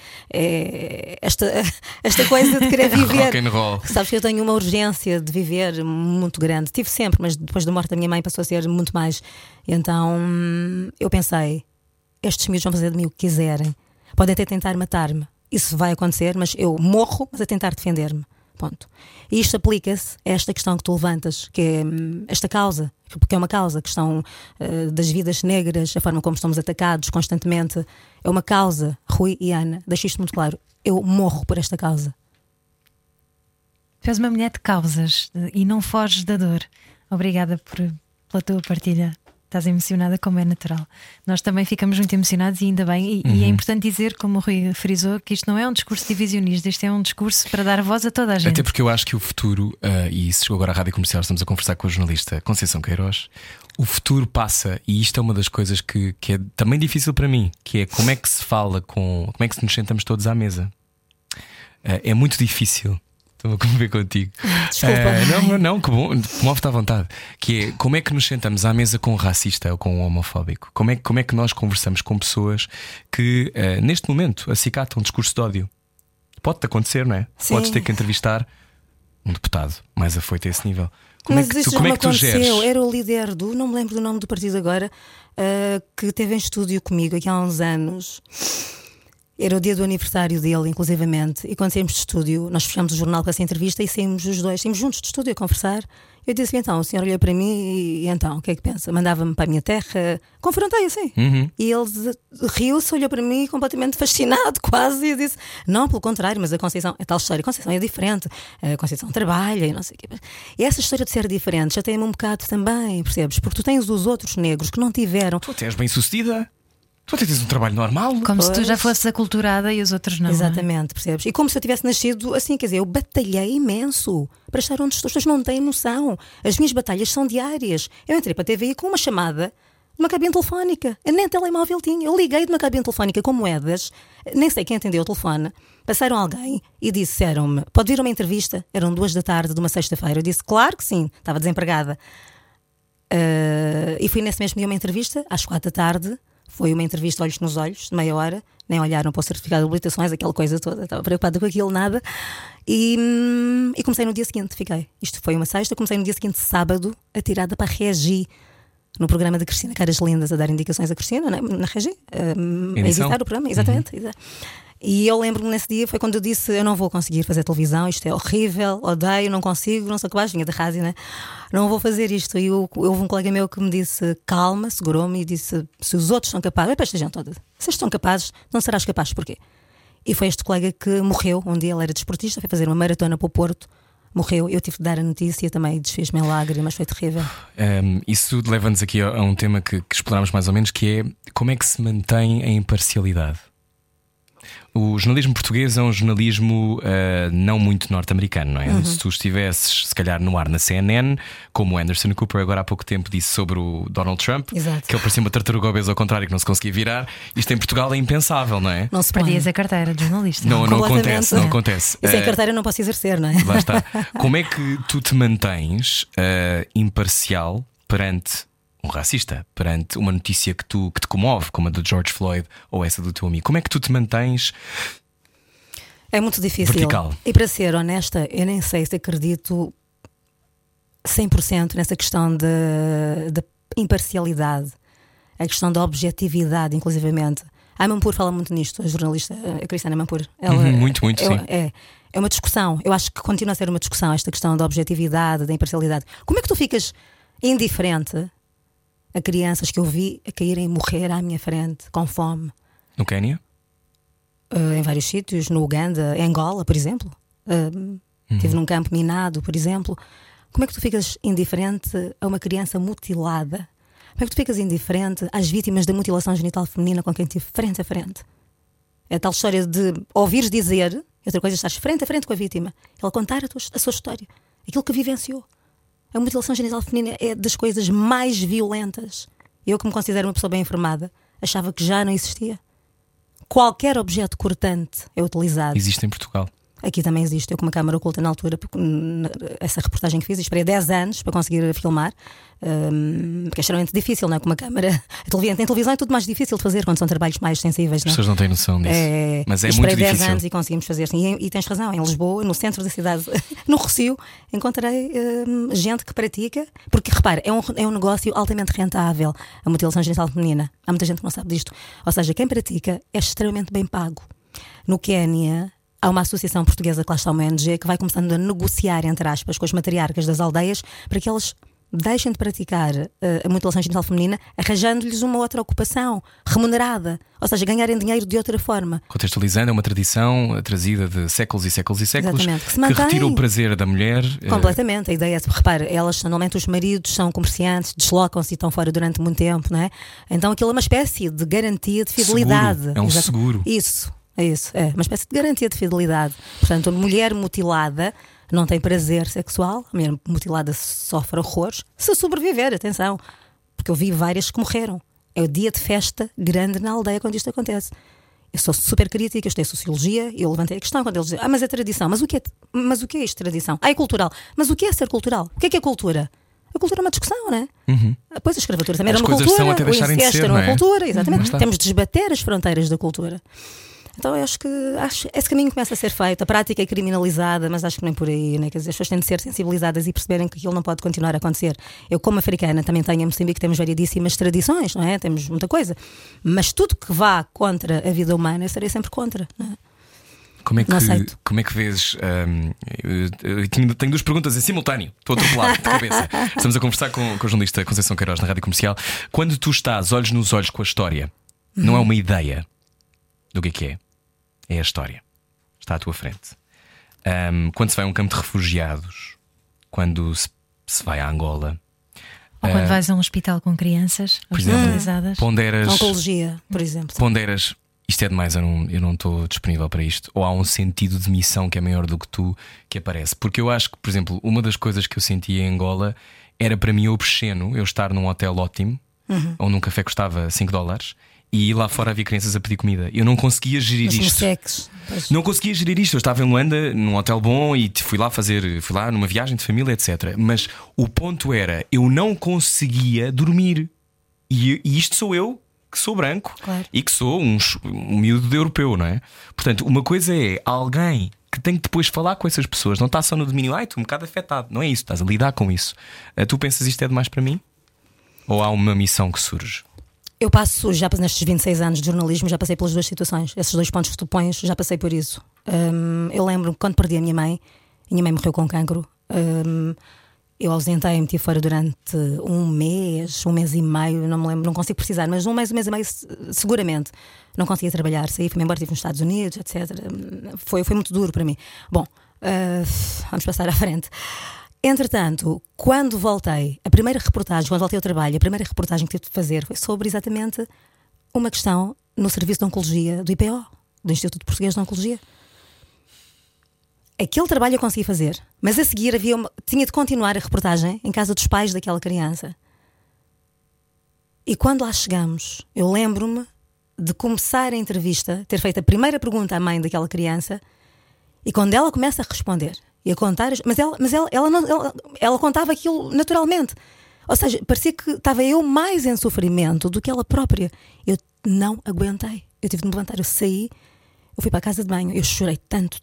esta coisa de querer viver. Rock and roll. Sabes que eu tenho uma urgência de viver muito grande. Tive sempre, mas depois da morte da minha mãe passou a ser muito mais. Então eu pensei, estes miúdos vão fazer de mim o que quiserem, podem até tentar matar-me, isso vai acontecer, mas eu morro, mas a tentar defender-me. Ponto. E isto aplica-se a esta questão que tu levantas, que é esta causa, porque é uma causa, a questão das vidas negras, a forma como estamos atacados constantemente, é uma causa. Rui e Ana, deixo isto muito claro, eu morro por esta causa. Tu és uma mulher de causas e não foges da dor. Obrigada pela tua partilha. Estás emocionada, como é natural. Nós também ficamos muito emocionados e ainda bem. E é importante dizer, como o Rui frisou, que isto não é um discurso divisionista, isto é um discurso para dar voz a toda a gente. Até porque eu acho que o futuro, e isso chegou agora à Rádio Comercial, estamos a conversar com a jornalista Conceição Queiroz. O futuro passa, e isto é uma das coisas que é também difícil para mim, que é como é que se fala como é que nos sentamos todos à mesa. É muito difícil Estou a comover contigo. Desculpa. Não, que bom, move-te à vontade. Que é, como é que nos sentamos à mesa com um racista ou com um homofóbico? Como é que nós conversamos com pessoas que neste momento acicatam um discurso de ódio? Pode-te acontecer, não é? Sim. Podes ter que entrevistar um deputado mais afoito a esse nível. Mas isso já me tu aconteceu. geres? Era o líder não me lembro do nome do partido agora, que esteve em estúdio comigo aqui há uns anos. Era o dia do aniversário dele, inclusivamente. E quando saímos de estúdio, nós fechamos o jornal com essa entrevista e saímos os dois, saímos juntos de estúdio a conversar. Eu disse-lhe então, o senhor olhou para mim e então, o que é que pensa? Mandava-me para a minha terra, confrontei assim. E ele riu-se, olhou para mim completamente fascinado, quase, e disse: não, pelo contrário, mas a Conceição, é tal história, a Conceição é diferente, a Conceição trabalha e não sei o quê. E essa história de ser diferente já tem-me um bocado também, percebes? Porque tu tens os outros negros que não tiveram. Tu até és bem-sucedida. Tu até tens um trabalho normal. Como se tu Pois. já fosses aculturada e os outros não. Exatamente, percebes? E como se eu tivesse nascido assim, quer dizer, eu batalhei imenso para estar onde estou. As pessoas não têm noção. As minhas batalhas são diárias. Eu entrei para a TVI com uma chamada de uma cabine telefónica. Eu nem telemóvel tinha. Eu liguei de uma cabine telefónica com moedas, nem sei quem atendeu o telefone. Passaram alguém e disseram-me: pode vir a uma entrevista? Eram 2 da tarde de uma sexta-feira. Eu disse: claro que sim, estava desempregada. E fui nesse mesmo dia a uma entrevista, às 4 da tarde. Foi uma entrevista olhos nos olhos, de meia hora. Nem olharam para o certificado de habilitações, aquela coisa toda. Estava preocupada com aquilo, nada. E comecei no dia seguinte, fiquei. Isto foi uma sexta, comecei no dia seguinte, sábado, atirada para a Regi, no programa da Cristina Caras Lindas, a dar indicações a Cristina, na Regi, a editar o programa, exatamente. E eu lembro-me nesse dia, foi quando eu disse: eu não vou conseguir fazer televisão, isto é horrível, odeio, não consigo, não sou capaz, vinha da rádio, né? Não vou fazer isto. E houve um colega meu que me disse: calma, segurou-me e disse: se os outros são capazes, é para esta gente toda, se eles são capazes, não serás capaz, porquê? E foi este colega que morreu um dia, ele era desportista, foi fazer uma maratona para o Porto, morreu. Eu tive de dar a notícia também, desfez-me em lágrimas, foi terrível. Isso leva-nos aqui a um tema que explorámos mais ou menos, que é como é que se mantém a imparcialidade. O jornalismo português é um jornalismo não muito norte-americano, não é? Se tu estivesses, se calhar, no ar na CNN, como o Anderson Cooper agora há pouco tempo disse sobre o Donald Trump, Exato. que ele parecia uma tartaruga obesa ao contrário, que não se conseguia virar. Isto em Portugal é impensável, não é? Não se põe. Perdias a carteira de jornalista. Não Completamente. acontece, não acontece. E sem carteira não posso exercer, não é? Lá está. Como é que tu te mantens imparcial perante um racista, perante uma notícia que te comove, como a do George Floyd ou essa do teu amigo? Como é que tu te mantens? É muito difícil. Vertical. E para ser honesta, eu nem sei se acredito 100% nessa questão de imparcialidade, a questão da objetividade, inclusivamente. A Mampur fala muito nisto, a jornalista, a Cristiana Mampur. Ela, muito, sim. É uma discussão. Eu acho que continua a ser uma discussão esta questão da objetividade, da imparcialidade. Como é que tu ficas indiferente a crianças que eu vi a caírem e morrer à minha frente, com fome? No Quénia? Em vários sítios, no Uganda, em Angola, por exemplo. Estive num campo minado, por exemplo. Como é que tu ficas indiferente a uma criança mutilada? Como é que tu ficas indiferente às vítimas da mutilação genital feminina com quem estive frente a frente? É a tal história de ouvires dizer, e outra coisa, estás frente a frente com a vítima, ela contar a sua história, aquilo que vivenciou. A mutilação genital feminina é das coisas mais violentas. Eu, que me considero uma pessoa bem informada, achava que já não existia. Qualquer objeto cortante é utilizado. Existe em Portugal. Aqui também existe. Eu com uma câmara oculta na altura, porque essa reportagem que fiz, esperei 10 anos para conseguir filmar, porque é extremamente difícil, não é? Com uma câmara. Em televisão é tudo mais difícil de fazer quando são trabalhos mais sensíveis. As pessoas não têm noção disso. Mas é muito esperei 10 difícil. anos e conseguimos fazer assim. E tens razão, em Lisboa, no centro da cidade, no Rossio, encontrei gente que pratica, porque repara, é um negócio altamente rentável, a mutilação genital feminina. Há muita gente que não sabe disto. Ou seja, quem pratica é extremamente bem pago. No Quénia, há uma associação portuguesa, que lá está uma ONG, que vai começando a negociar, entre aspas, com as matriarcas das aldeias para que elas deixem de praticar a mutilação genital feminina, arranjando-lhes uma outra ocupação remunerada, ou seja, ganharem dinheiro de outra forma. Contextualizando, é uma tradição trazida de séculos e séculos e séculos. Exatamente, que retira o prazer da mulher. Completamente. A ideia é, repara, elas normalmente, os maridos são comerciantes, deslocam-se e estão fora durante muito tempo, não é? Então aquilo é uma espécie de garantia de fidelidade. Seguro. É um seguro. Isso. É uma espécie de garantia de fidelidade. Portanto, a mulher mutilada não tem prazer sexual, a mulher mutilada sofre horrores, se sobreviver, atenção, porque eu vi várias que morreram. É o dia de festa grande na aldeia quando isto acontece. Eu sou super crítica, eu estudei Sociologia e eu levantei a questão quando eles dizem: mas é tradição, mas o que é isto tradição? É cultural, mas o que é ser cultural? O que é cultura? A cultura é uma discussão, não é? Depois a escravatura também As era uma coisas cultura, são até o deixarem de incesto ser, era não uma é? cultura, exatamente. está. Temos de desbater as fronteiras da cultura. Então eu acho que esse caminho começa a ser feito. A prática é criminalizada, mas acho que nem por aí, né? Quer dizer, as pessoas têm de ser sensibilizadas e perceberem que aquilo não pode continuar a acontecer. Eu, como africana, também tenho em Moçambique, temos variedíssimas tradições, não é? Temos muita coisa. Mas tudo que vá contra a vida humana, eu estarei sempre contra, não é? Não aceito. Como é que vês? Eu tenho duas perguntas em simultâneo. Estou atropelado de cabeça. Estamos a conversar com a jornalista Conceição Queiroz na Rádio Comercial. Quando tu estás olhos nos olhos com a história, não é uma ideia do que é? É a história. Está à tua frente. Quando se vai a um campo de refugiados, quando se vai a Angola, ou quando vais a um hospital com crianças hospitalizadas, ponderas. Oncologia, por exemplo. Ponderas. Isto é demais, eu não estou disponível para isto. Ou há um sentido de missão que é maior do que tu que aparece. Porque eu acho que, por exemplo, uma das coisas que eu sentia em Angola era para mim obsceno eu estar num hotel ótimo, ou num café que custava $5, e lá fora havia crianças a pedir comida. Eu não conseguia gerir isto. Não conseguia gerir isto. Eu estava em Luanda, num hotel bom, e fui lá numa viagem de família, etc. Mas o ponto era, eu não conseguia dormir. E isto sou eu, que sou branco, claro, e que sou um miúdo de europeu, não é? Portanto, uma coisa é alguém que tem que depois falar com essas pessoas. Não está só no domínio, estou um bocado afetado. Não é isso, estás a lidar com isso. Tu pensas isto é demais para mim? Ou há uma missão que surge? Eu passo, já nestes 26 anos de jornalismo, já passei pelas duas situações. Esses dois pontos que tu pões, já passei por isso. Eu lembro quando perdi a minha mãe morreu com cancro. Eu ausentei-me, estive fora durante um mês e meio, não me lembro, não consigo precisar, mas um mês e meio seguramente. Não conseguia trabalhar, saí, fui-me embora, estive nos Estados Unidos, etc. Foi muito duro para mim. Bom, vamos passar à frente. Entretanto, quando voltei, quando voltei ao trabalho, a primeira reportagem que tive de fazer foi sobre exatamente uma questão no serviço de oncologia do IPO, do Instituto Português de Oncologia. Aquele trabalho eu consegui fazer, mas a seguir tinha de continuar a reportagem em casa dos pais daquela criança. E quando lá chegamos, eu lembro-me de começar a entrevista, ter feito a primeira pergunta à mãe daquela criança, e quando ela começa a responder e a contar, ela contava aquilo naturalmente. Ou seja, parecia que estava eu mais em sofrimento do que ela própria. Eu não aguentei. Eu tive de me levantar, eu saí, eu fui para a casa de banho, eu chorei tanto.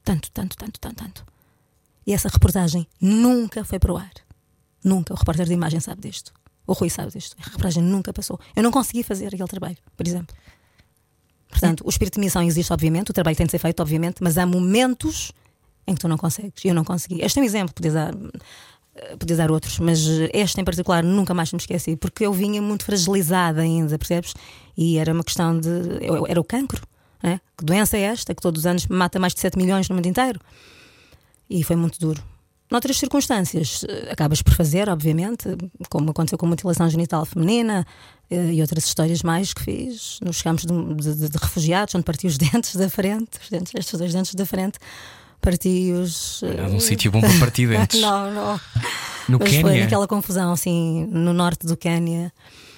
E essa reportagem nunca foi para o ar. Nunca. O repórter de imagem sabe disto. O Rui sabe disto. A reportagem nunca passou. Eu não consegui fazer aquele trabalho, por exemplo. Portanto, o espírito de missão existe, obviamente, o trabalho tem de ser feito, obviamente, mas há momentos em que tu não consegues. Eu não consegui. Este é um exemplo, podia dar outros, mas este em particular nunca mais me esqueci, porque eu vinha muito fragilizada ainda, percebes? E era uma questão de... Era o cancro, não é? Que doença é esta que todos os anos mata mais de 7 milhões no mundo inteiro? E foi muito duro. Noutras circunstâncias, acabas por fazer, obviamente, como aconteceu com a mutilação genital feminina e outras histórias mais que fiz. Nos campos de refugiados, onde parti os dentes da frente, estes dois dentes da frente, parti-os. Era um sítio bom para partir dentes. Não. No Mas Quénia? foi naquela confusão, assim, no norte do Quénia.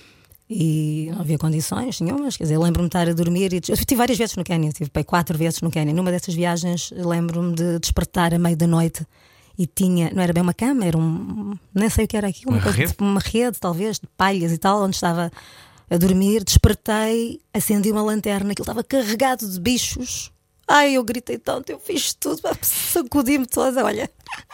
E não havia condições nenhumas. Quer dizer, lembro-me de estar a dormir. Eu estive várias vezes no Quénia, estive 4 vezes no Quénia. Numa dessas viagens, lembro-me de despertar à meio da noite e tinha, não era bem uma cama, era nem sei o que era aquilo, uma rede talvez, de palhas e tal, onde estava a dormir. Despertei, acendi uma lanterna, aquilo estava carregado de bichos. Ai, eu gritei tanto, eu fiz tudo, sacudi-me toda, olha.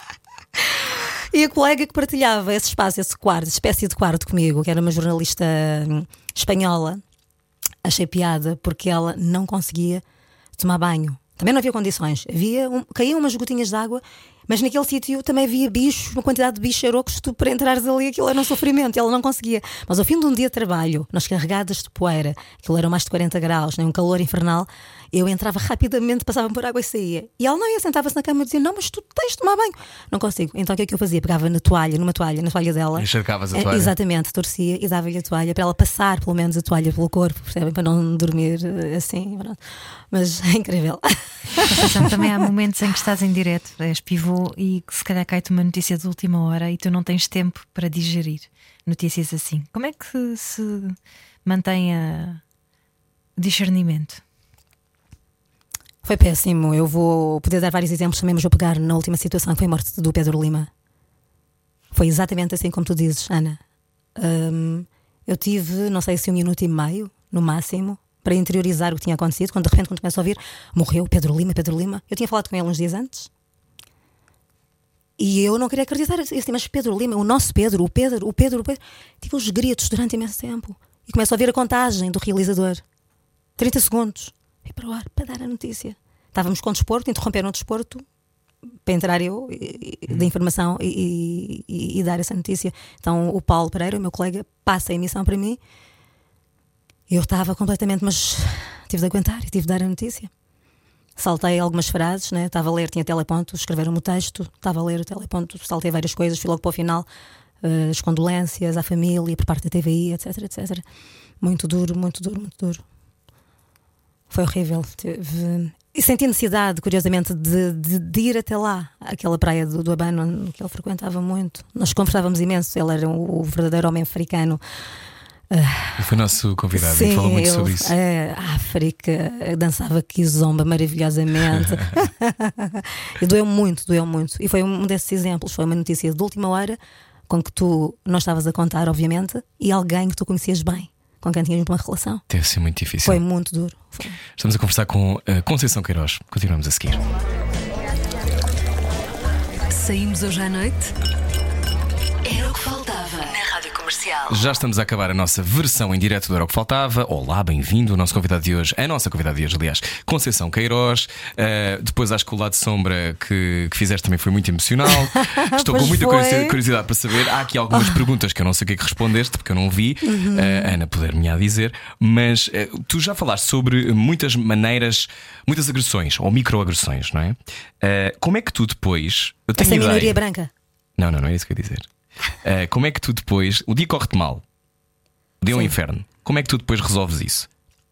E a colega que partilhava esse espaço, esse quarto, espécie de quarto comigo, que era uma jornalista espanhola, achei piada porque ela não conseguia tomar banho. Também não havia condições. Caíam umas gotinhas de água, mas naquele sítio também havia bichos, uma quantidade de bichos xerocos, tu para entrares ali aquilo era um sofrimento, e ela não conseguia. Mas ao fim de um dia de trabalho, nas carregadas de poeira, aquilo eram mais de 40 graus, um calor infernal, eu entrava rapidamente, passava por água e saía. E ela não ia, sentava-se na cama e dizia: não, mas tu tens de tomar banho. Não consigo. Então o que é que eu fazia? Pegava na toalha dela. E encharcavas a toalha. Exatamente, torcia e dava-lhe a toalha para ela passar pelo menos a toalha pelo corpo, percebem? Para não dormir assim. Pronto. Mas é incrível. Também há momentos em que estás em direto, és pivô e se calhar cai-te uma notícia de última hora e tu não tens tempo para digerir notícias assim. Como é que se mantém o discernimento? Foi péssimo. Eu vou poder dar vários exemplos também, mas vou pegar na última situação, que foi a morte do Pedro Lima. Foi exatamente assim como tu dizes, Ana. Eu tive, não sei se 1 minuto e meio, no máximo, para interiorizar o que tinha acontecido. Quando de repente, quando começo a ouvir, morreu Pedro Lima. Eu tinha falado com ele uns dias antes e eu não queria acreditar. Eu disse, mas Pedro Lima, o nosso Pedro, o Pedro. Tive uns gritos durante imenso tempo e começo a ouvir a contagem do realizador. 30 segundos. Fui para o ar para dar a notícia. Estávamos com o desporto, interromperam o desporto para entrar eu da informação e dar essa notícia. Então o Paulo Pereira, o meu colega, passa a emissão para mim. Eu estava completamente, mas tive de aguentar e tive de dar a notícia. Saltei algumas frases, né? Estava a ler, tinha teleponto, escreveram-me o texto, estava a ler o teleponto, saltei várias coisas, fui logo para o final, as condolências à família por parte da TVI, etc, etc. Muito duro. Foi horrível. E senti necessidade, curiosamente, de ir até lá, aquela praia do Abano, que ele frequentava muito. Nós conversávamos imenso, ele era o verdadeiro homem africano. E foi nosso convidado. Sim, e falou muito sobre isso. A África, dançava kizomba maravilhosamente. E doeu muito. E foi um desses exemplos. Foi uma notícia de última hora com que tu não estavas a contar, obviamente, e alguém que tu conhecias bem, com quem tinhas uma relação. Deve ser muito difícil. Foi muito duro. Estamos a conversar com Conceição Queiroz. Continuamos a seguir. Saímos hoje à noite? Era o que faltava na Rádio Comercial. Já estamos a acabar a nossa versão em direto do Era o que Faltava. Olá, bem-vindo. O nosso convidado de hoje, a nossa convidada de hoje, aliás, Conceição Queiroz. Depois acho que o lado de sombra que fizeste também foi muito emocional. Estou com muita curiosidade para saber. Há aqui algumas perguntas que eu não sei o que é que respondeste, porque eu não vi. Ana poder-me dizer. Mas tu já falaste sobre muitas maneiras, muitas agressões ou microagressões, não é? Como é que tu depois. Essa minoria branca? Não é isso que eu ia dizer. Como é que tu depois, o dia corre-te mal, o dia é um inferno, como é que tu depois resolves isso?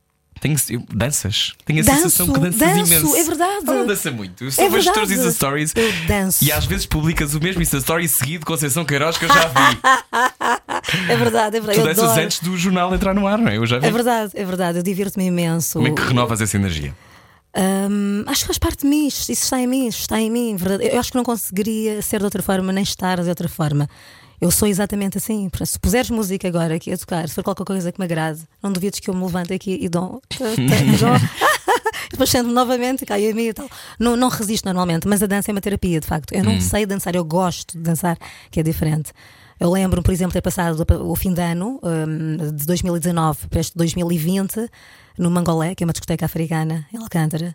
Danças? Tenho a sensação que danças imenso. É verdade. Não dança muito. Eu só vejo todos os Insta Stories. Eu danço. E às vezes publicas o mesmo Insta Story seguido de Conceição Queiroz, que eu já vi. É verdade. Tu danças antes do jornal entrar no ar, não é? Eu já vi. É verdade. Eu divirto-me imenso. Como é que renovas essa energia? Acho que faz parte de mim. Isso está em mim, verdade. Eu acho que não conseguiria ser de outra forma, nem estar de outra forma. Eu sou exatamente assim. Se puseres música agora aqui a tocar, se for qualquer coisa que me agrade, não duvides que eu me levante aqui e dou. Depois sento-me novamente, caio a mim e tal. Não resisto normalmente, mas a dança é uma terapia, de facto. Eu não sei dançar, eu gosto de dançar, que é diferente. Eu lembro-me, por exemplo, ter passado o fim de ano de 2019 para este 2020 no Mangolé, que é uma discoteca africana em Alcântara.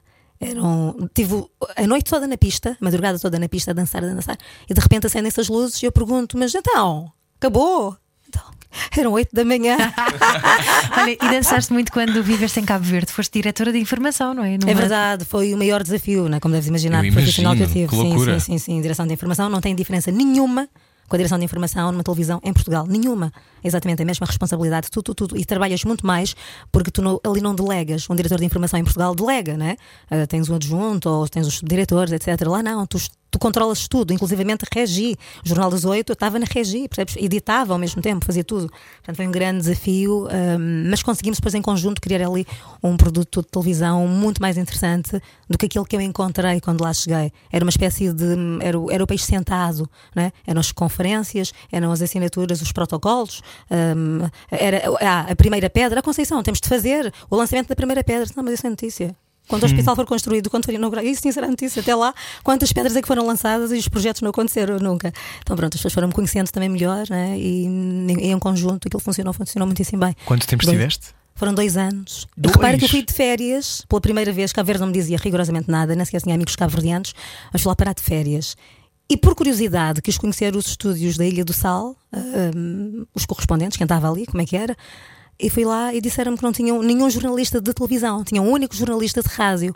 Tive a noite toda na pista, a madrugada toda na pista, a dançar, e de repente acendem-se as luzes e eu pergunto, mas então, acabou? Então, eram 8 da manhã. Olha, e dançaste muito quando viveste em Cabo Verde, foste diretora de informação, não é? É verdade, foi o maior desafio, não é? Como deves imaginar, profissional que eu tive. Que loucura. Sim, direção de informação, não tem diferença nenhuma com a direção de informação numa televisão em Portugal, nenhuma. É exatamente a mesma responsabilidade, tudo. E trabalhas muito mais porque tu ali não delegas. Um diretor de informação em Portugal delega, não é? Tens um adjunto ou tens os diretores, etc. Lá não, tu controlas tudo, inclusivamente Regi. O Jornal das 8 eu estava na Regi, percebes? Editava ao mesmo tempo, fazia tudo. Portanto, foi um grande desafio, mas conseguimos depois em conjunto criar ali um produto de televisão muito mais interessante do que aquilo que eu encontrei quando lá cheguei. Era uma espécie de. Era o peixe sentado, não é? Eram as conferências, eram as assinaturas, os protocolos, era a primeira pedra. A Conceição, temos de fazer o lançamento da primeira pedra. Não, mas isso é notícia. Quando o hospital for construído, quando for inaugurado, isso sim será notícia. Até lá, quantas pedras é que foram lançadas e os projetos não aconteceram nunca. Então pronto, as pessoas foram-me conhecendo também melhor, né? E em conjunto aquilo funcionou muitíssimo bem. Quanto tempo estiveste? Foram 2 anos. Repara que eu fui de férias pela primeira vez. Cabo Verde não me dizia rigorosamente nada, nem sequer tinha amigos cabo-verdianos, mas fui lá parar de férias. E por curiosidade quis conhecer os estúdios da Ilha do Sal, os correspondentes, quem estava ali, como é que era. E fui lá e disseram-me que não tinham nenhum jornalista de televisão, tinham um único jornalista de rádio.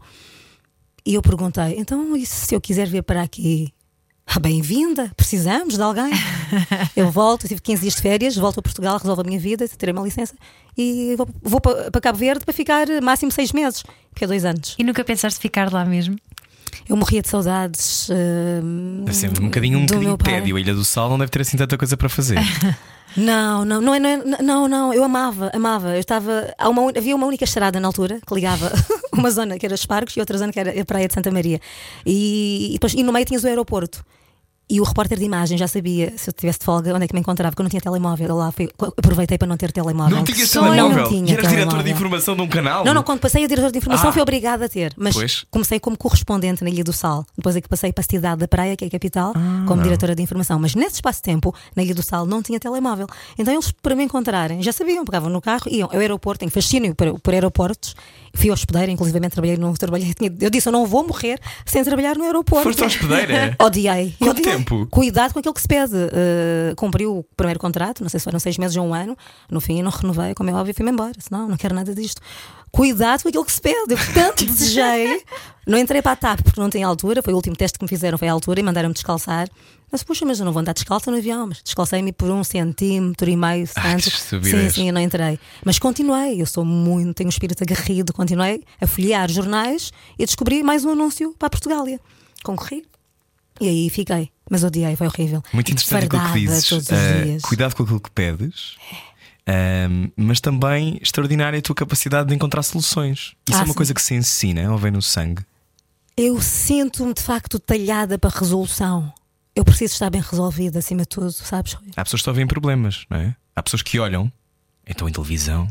E eu perguntei, então e se eu quiser vir para aqui? Bem-vinda, precisamos de alguém. Eu volto, tive 15 dias de férias, volto a Portugal, resolvo a minha vida, terei uma licença e vou para Cabo Verde para ficar máximo 6 meses, que é 2 anos. E nunca pensaste ficar lá mesmo? Eu morria de saudades. Deve ser um bocadinho meu pai. tédio. A Ilha do Sal não deve ter assim tanta coisa para fazer. Não, eu amava. Eu estava. Havia uma única estrada na altura que ligava uma zona que era Espargos e outra zona que era a Praia de Santa Maria. E no meio tinhas o aeroporto. E o repórter de imagem já sabia, se eu tivesse de folga, onde é que me encontrava, porque eu não tinha telemóvel. Aproveitei para não ter telemóvel. Não tinhas telemóvel? Não tinha e eras telemóvel. diretora de informação de um canal? Não, quando passei a diretora de informação fui obrigada a ter. Mas Pois. comecei como correspondente na Ilha do Sal. Depois é que passei para a cidade da Praia, que é a capital, como diretora de informação. Mas nesse espaço de tempo, na Ilha do Sal, não tinha telemóvel. Então eles, para me encontrarem, já sabiam, pegavam no carro, iam ao aeroporto, tenho fascínio por aeroportos. Fui hospedeira, inclusivamente trabalhei. Eu disse, eu não vou morrer sem trabalhar no aeroporto. Foste hospedeira? Odiei. Quanto tempo? Cuidado com aquilo que se pede. Cumpri o primeiro contrato, não sei se foram 6 meses ou 1 ano. No fim, eu não renovei, como é óbvio, fui-me embora. Senão, não quero nada disto. Cuidado com aquilo que se pede. Eu tanto desejei. Não entrei para a TAP porque não tinha altura. Foi o último teste que me fizeram, foi à altura e mandaram-me descalçar. Mas puxa, mas eu não vou andar descalça no avião. Mas descalcei-me por 1,5 centímetro. Sim, não entrei. Mas continuei. Eu tenho um espírito aguerrido. Continuei a folhear jornais e descobri mais um anúncio para a Portugália. Concorri. E aí fiquei. Mas odiei, foi horrível. Muito interessante aquilo que dizes. Todos os dias. Cuidado com aquilo que pedes. Mas também extraordinária a tua capacidade de encontrar soluções. Isso é uma coisa que se ensina ou vem no sangue? Eu sinto-me de facto talhada para resolução. Eu preciso estar bem resolvida acima de tudo, sabes? Há pessoas que só veem problemas, não é? Há pessoas que olham, então em televisão.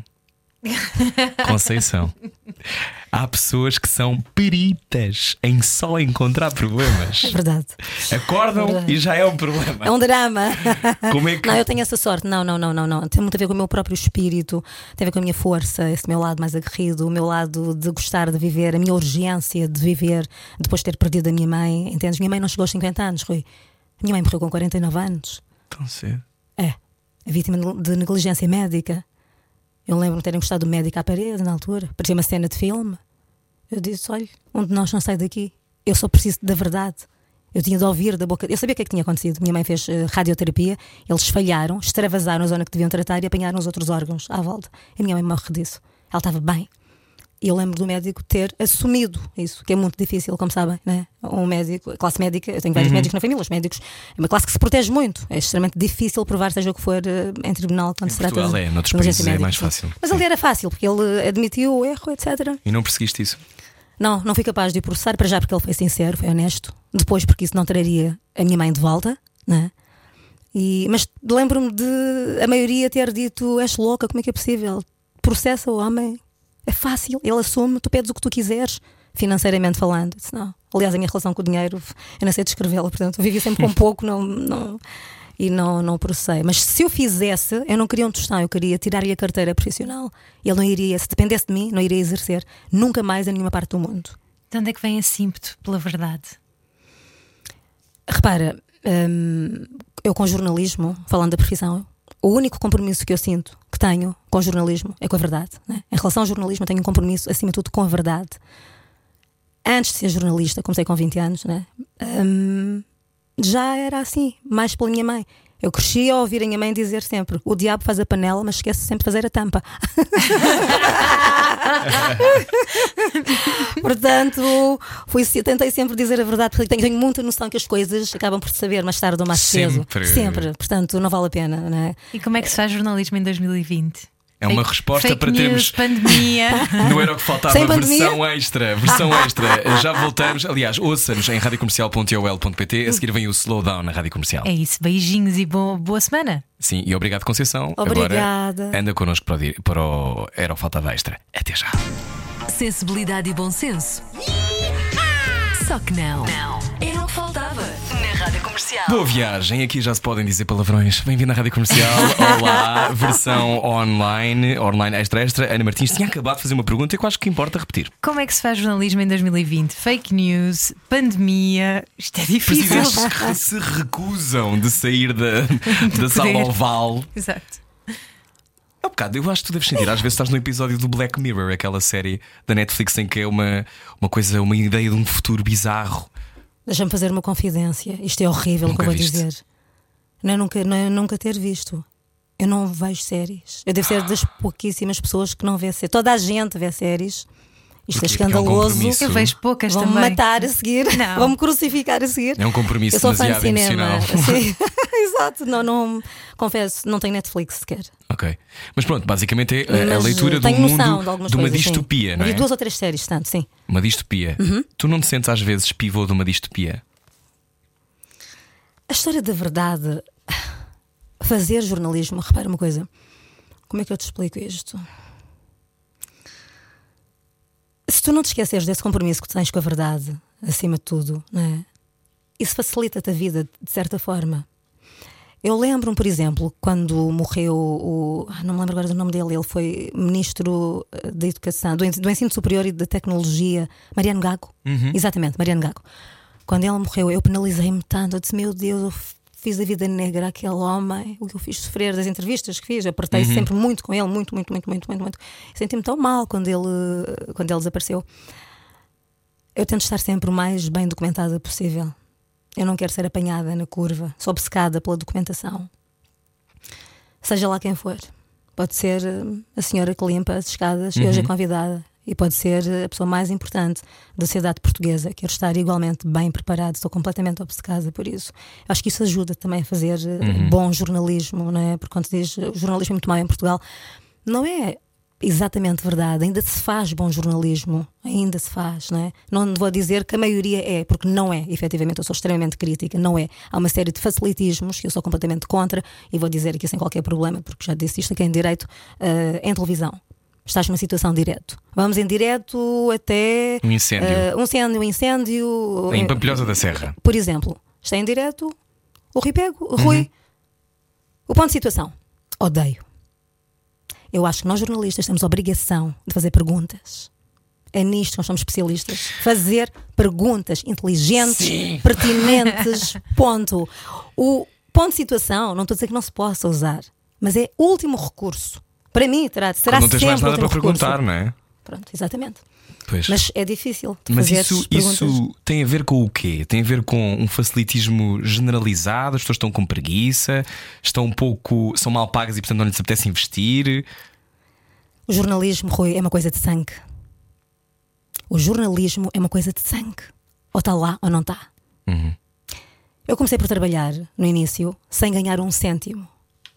Conceição. Há pessoas que são peritas em só encontrar problemas. É verdade. Acordam e já é um problema. É um drama. Como é que... Não, eu tenho essa sorte. Não. Tem muito a ver com o meu próprio espírito, tem a ver com a minha força, esse meu lado mais aguerrido, o meu lado de gostar de viver, a minha urgência de viver depois de ter perdido a minha mãe. Entendes? Minha mãe não chegou aos 50 anos, Rui. Minha mãe morreu com 49 anos. Tão cedo. É. Vítima de negligência médica. Eu lembro-me de ter encostado o médico à parede na altura. Parecia uma cena de filme. Eu disse, olha, um de nós não sai daqui. Eu só preciso da verdade. Eu tinha de ouvir da boca. Eu sabia o que é que tinha acontecido. Minha mãe fez radioterapia. Eles falharam, extravasaram a zona que deviam tratar e apanharam os outros órgãos à volta. E a minha mãe morre disso. Ela estava bem. E eu lembro do médico ter assumido isso, que é muito difícil, como sabem, né? Um médico, a classe médica, eu tenho vários médicos na família, os médicos é uma classe que se protege muito. É extremamente difícil provar, seja o que for, em tribunal, quando se trata de noutros países é mais fácil. Mas ali era fácil, porque ele admitiu o erro, etc. E não perseguiste isso? Não fui capaz de o processar, para já porque ele foi sincero, foi honesto. Depois porque isso não traria a minha mãe de volta, né? Mas lembro-me de a maioria ter dito: és louca, como é que é possível? Processa o homem. É fácil, ele assume, tu pedes o que tu quiseres, financeiramente falando. Eu disse, não. Aliás, a minha relação com o dinheiro, eu não sei descrevê-la, portanto, eu vivia sempre com pouco e não processei. Mas se eu fizesse, eu não queria um tostão, eu queria tirar-lhe a carteira profissional. Ele não iria, se dependesse de mim, não iria exercer nunca mais em nenhuma parte do mundo. De onde é que vem esse ímpeto pela verdade? Repara, eu com jornalismo, falando da profissão, o único compromisso que eu sinto que tenho com o jornalismo é com a verdade, né? Em relação ao jornalismo, eu tenho um compromisso, acima de tudo, com a verdade. Antes de ser jornalista, comecei com 20 anos, né? Já era assim, mais pela minha mãe. Eu cresci a ouvir a minha mãe dizer sempre: o diabo faz a panela, mas esquece sempre de fazer a tampa. Portanto, tentei sempre dizer a verdade, porque tenho muita noção que as coisas acabam por se saber mais tarde ou mais cedo. Sempre. Portanto, não vale a pena, não é? E como é que se faz jornalismo em 2020? É uma resposta fake para termos pandemia. Não era o que faltava, versão extra. Já voltamos. Aliás, ouça-nos em radiocomercial.ol.pt. A seguir vem o Slowdown na Rádio Comercial. É isso, beijinhos e boa semana. Sim, e obrigado, Conceição. Obrigada. Agora anda connosco para o Era o que Faltava Extra. Até já. Sensibilidade e bom senso. Só que não. Era o que faltava na Rádio Comercial. Boa viagem, aqui já se podem dizer palavrões. Bem-vindo à Rádio Comercial. Olá, versão online extra. Ana Martins tinha acabado de fazer uma pergunta que eu acho que importa repetir. Como é que se faz jornalismo em 2020? Fake news, pandemia, isto é difícil. Presidentes que se recusam de sair da sala oval. Exato. É um bocado, eu acho que tu deves sentir. Às vezes estás no episódio do Black Mirror, aquela série da Netflix em que é uma ideia de um futuro bizarro. Deixa-me fazer uma confidência. Isto é horrível o que eu vou dizer. Não é nunca ter visto. Eu não vejo séries. Eu devo ser das pouquíssimas pessoas que não vê séries. Toda a gente vê séries. Isto Porquê? é Porque é um escandaloso. compromisso. Eu vejo poucas Vão-me também. matar a seguir, Não. vão-me crucificar a seguir. É um compromisso Eu sou fã de demasiado cinema. emocional. Sim. Exato, não, confesso, não tenho Netflix sequer. Ok. Mas pronto, basicamente é a Mas, leitura do tenho mundo noção de algumas de uma coisas, sim. distopia, não Vi é? 2 ou 3 séries, tanto, sim. Uma distopia. Tu não te sentes às vezes pivô de uma distopia? A história da verdade, fazer jornalismo, repara uma coisa. Como é que eu te explico isto? Se tu não te esqueceres desse compromisso que tens com a verdade, acima de tudo, não é? Isso facilita-te a vida de certa forma. Eu lembro-me, por exemplo, quando morreu não me lembro agora do nome dele, ele foi ministro da Educação, do Ensino Superior e da Tecnologia, Mariano Gago. Exatamente, Mariano Gago. Quando ele morreu, eu penalizei-me tanto, eu disse: meu Deus, eu fiz a vida negra àquele homem, o que eu fiz sofrer das entrevistas que fiz, apertei sempre muito com ele, muito. Senti-me tão mal quando ele desapareceu. Eu tento estar sempre o mais bem documentada possível. Eu não quero ser apanhada na curva, sou obcecada pela documentação. Seja lá quem for. Pode ser a senhora que limpa as escadas e hoje é convidada. E pode ser a pessoa mais importante da sociedade portuguesa. Quero estar igualmente bem preparado, estou completamente obcecada por isso. Acho que isso ajuda também a fazer bom jornalismo, não é? Porque quando se diz o jornalismo é muito mau em Portugal, não é exatamente verdade. Ainda se faz bom jornalismo, ainda se faz, não é? Não vou dizer que a maioria é, porque não é, efetivamente. Eu sou extremamente crítica, não é. Há uma série de facilitismos que eu sou completamente contra, e vou dizer aqui sem qualquer problema, porque já disse isto aqui em direito, em televisão. Estás numa situação de direto. Vamos em direto até Um incêndio. Um incêndio Em Pampilhosa da Serra. por exemplo. Está em direto o Rui. O ponto de situação. Odeio. Eu acho que nós jornalistas temos a obrigação de fazer perguntas. É nisto que nós somos especialistas. Fazer perguntas inteligentes, pertinentes. Ponto. O ponto de situação, não estou a dizer que não se possa usar, mas é último recurso. Para mim, será Quando não tens sempre mais nada último para perguntar, recurso. não é? Pronto, exatamente. Pois. Mas é difícil de Mas fazer isso perguntas. tem a ver com o quê? Tem a ver com um facilitismo generalizado? As pessoas estão com preguiça? São mal pagas e portanto não lhes apetece investir? O jornalismo, Rui, é uma coisa de sangue. O jornalismo é uma coisa de sangue. Ou está lá ou não está. Eu comecei por trabalhar no início sem ganhar um cêntimo.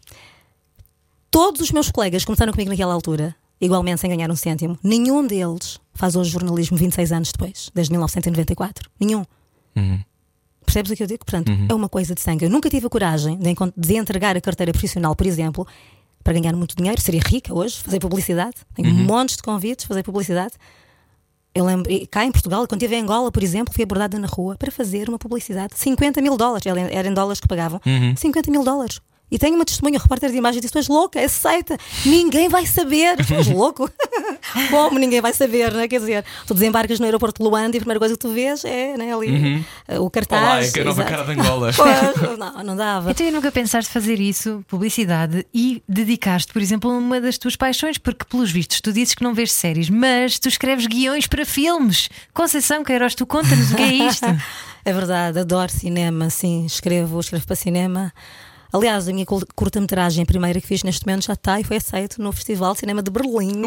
Todos os meus colegas começaram comigo naquela altura, igualmente sem ganhar um cêntimo. Nenhum deles faz hoje jornalismo 26 anos depois, desde 1994. Nenhum. Percebes o que eu digo? Portanto, é uma coisa de sangue. Eu nunca tive a coragem de entregar a carteira profissional, por exemplo, para ganhar muito dinheiro. Seria rica hoje, fazer publicidade. Tenho montes de convites, fazer publicidade. Eu lembro, cá em Portugal, quando estive em Angola, por exemplo, fui abordada na rua para fazer uma publicidade. $50 mil. Era em dólares que pagavam. $50 mil. E tenho uma testemunha, repórter de imagem, e disse: tu és louca, aceita, ninguém vai saber. Tu és louco? Como ninguém vai saber, não é? Quer dizer, tu desembarcas no aeroporto de Luanda e a primeira coisa que tu vês é, né, ali o cartaz. Olá, é que a nova exato. cara de Angola. Pois, não dava. Então, nunca pensaste fazer isso, publicidade, e dedicaste, por exemplo, a uma das tuas paixões? Porque, pelos vistos, tu dizes que não vês séries, mas tu escreves guiões para filmes. Conceição Queiroz, tu conta-nos o que é isto? É verdade, adoro cinema, sim, escrevo para cinema. Aliás, a minha curta-metragem primeira que fiz neste momento já está e foi aceito no Festival de Cinema de Berlim.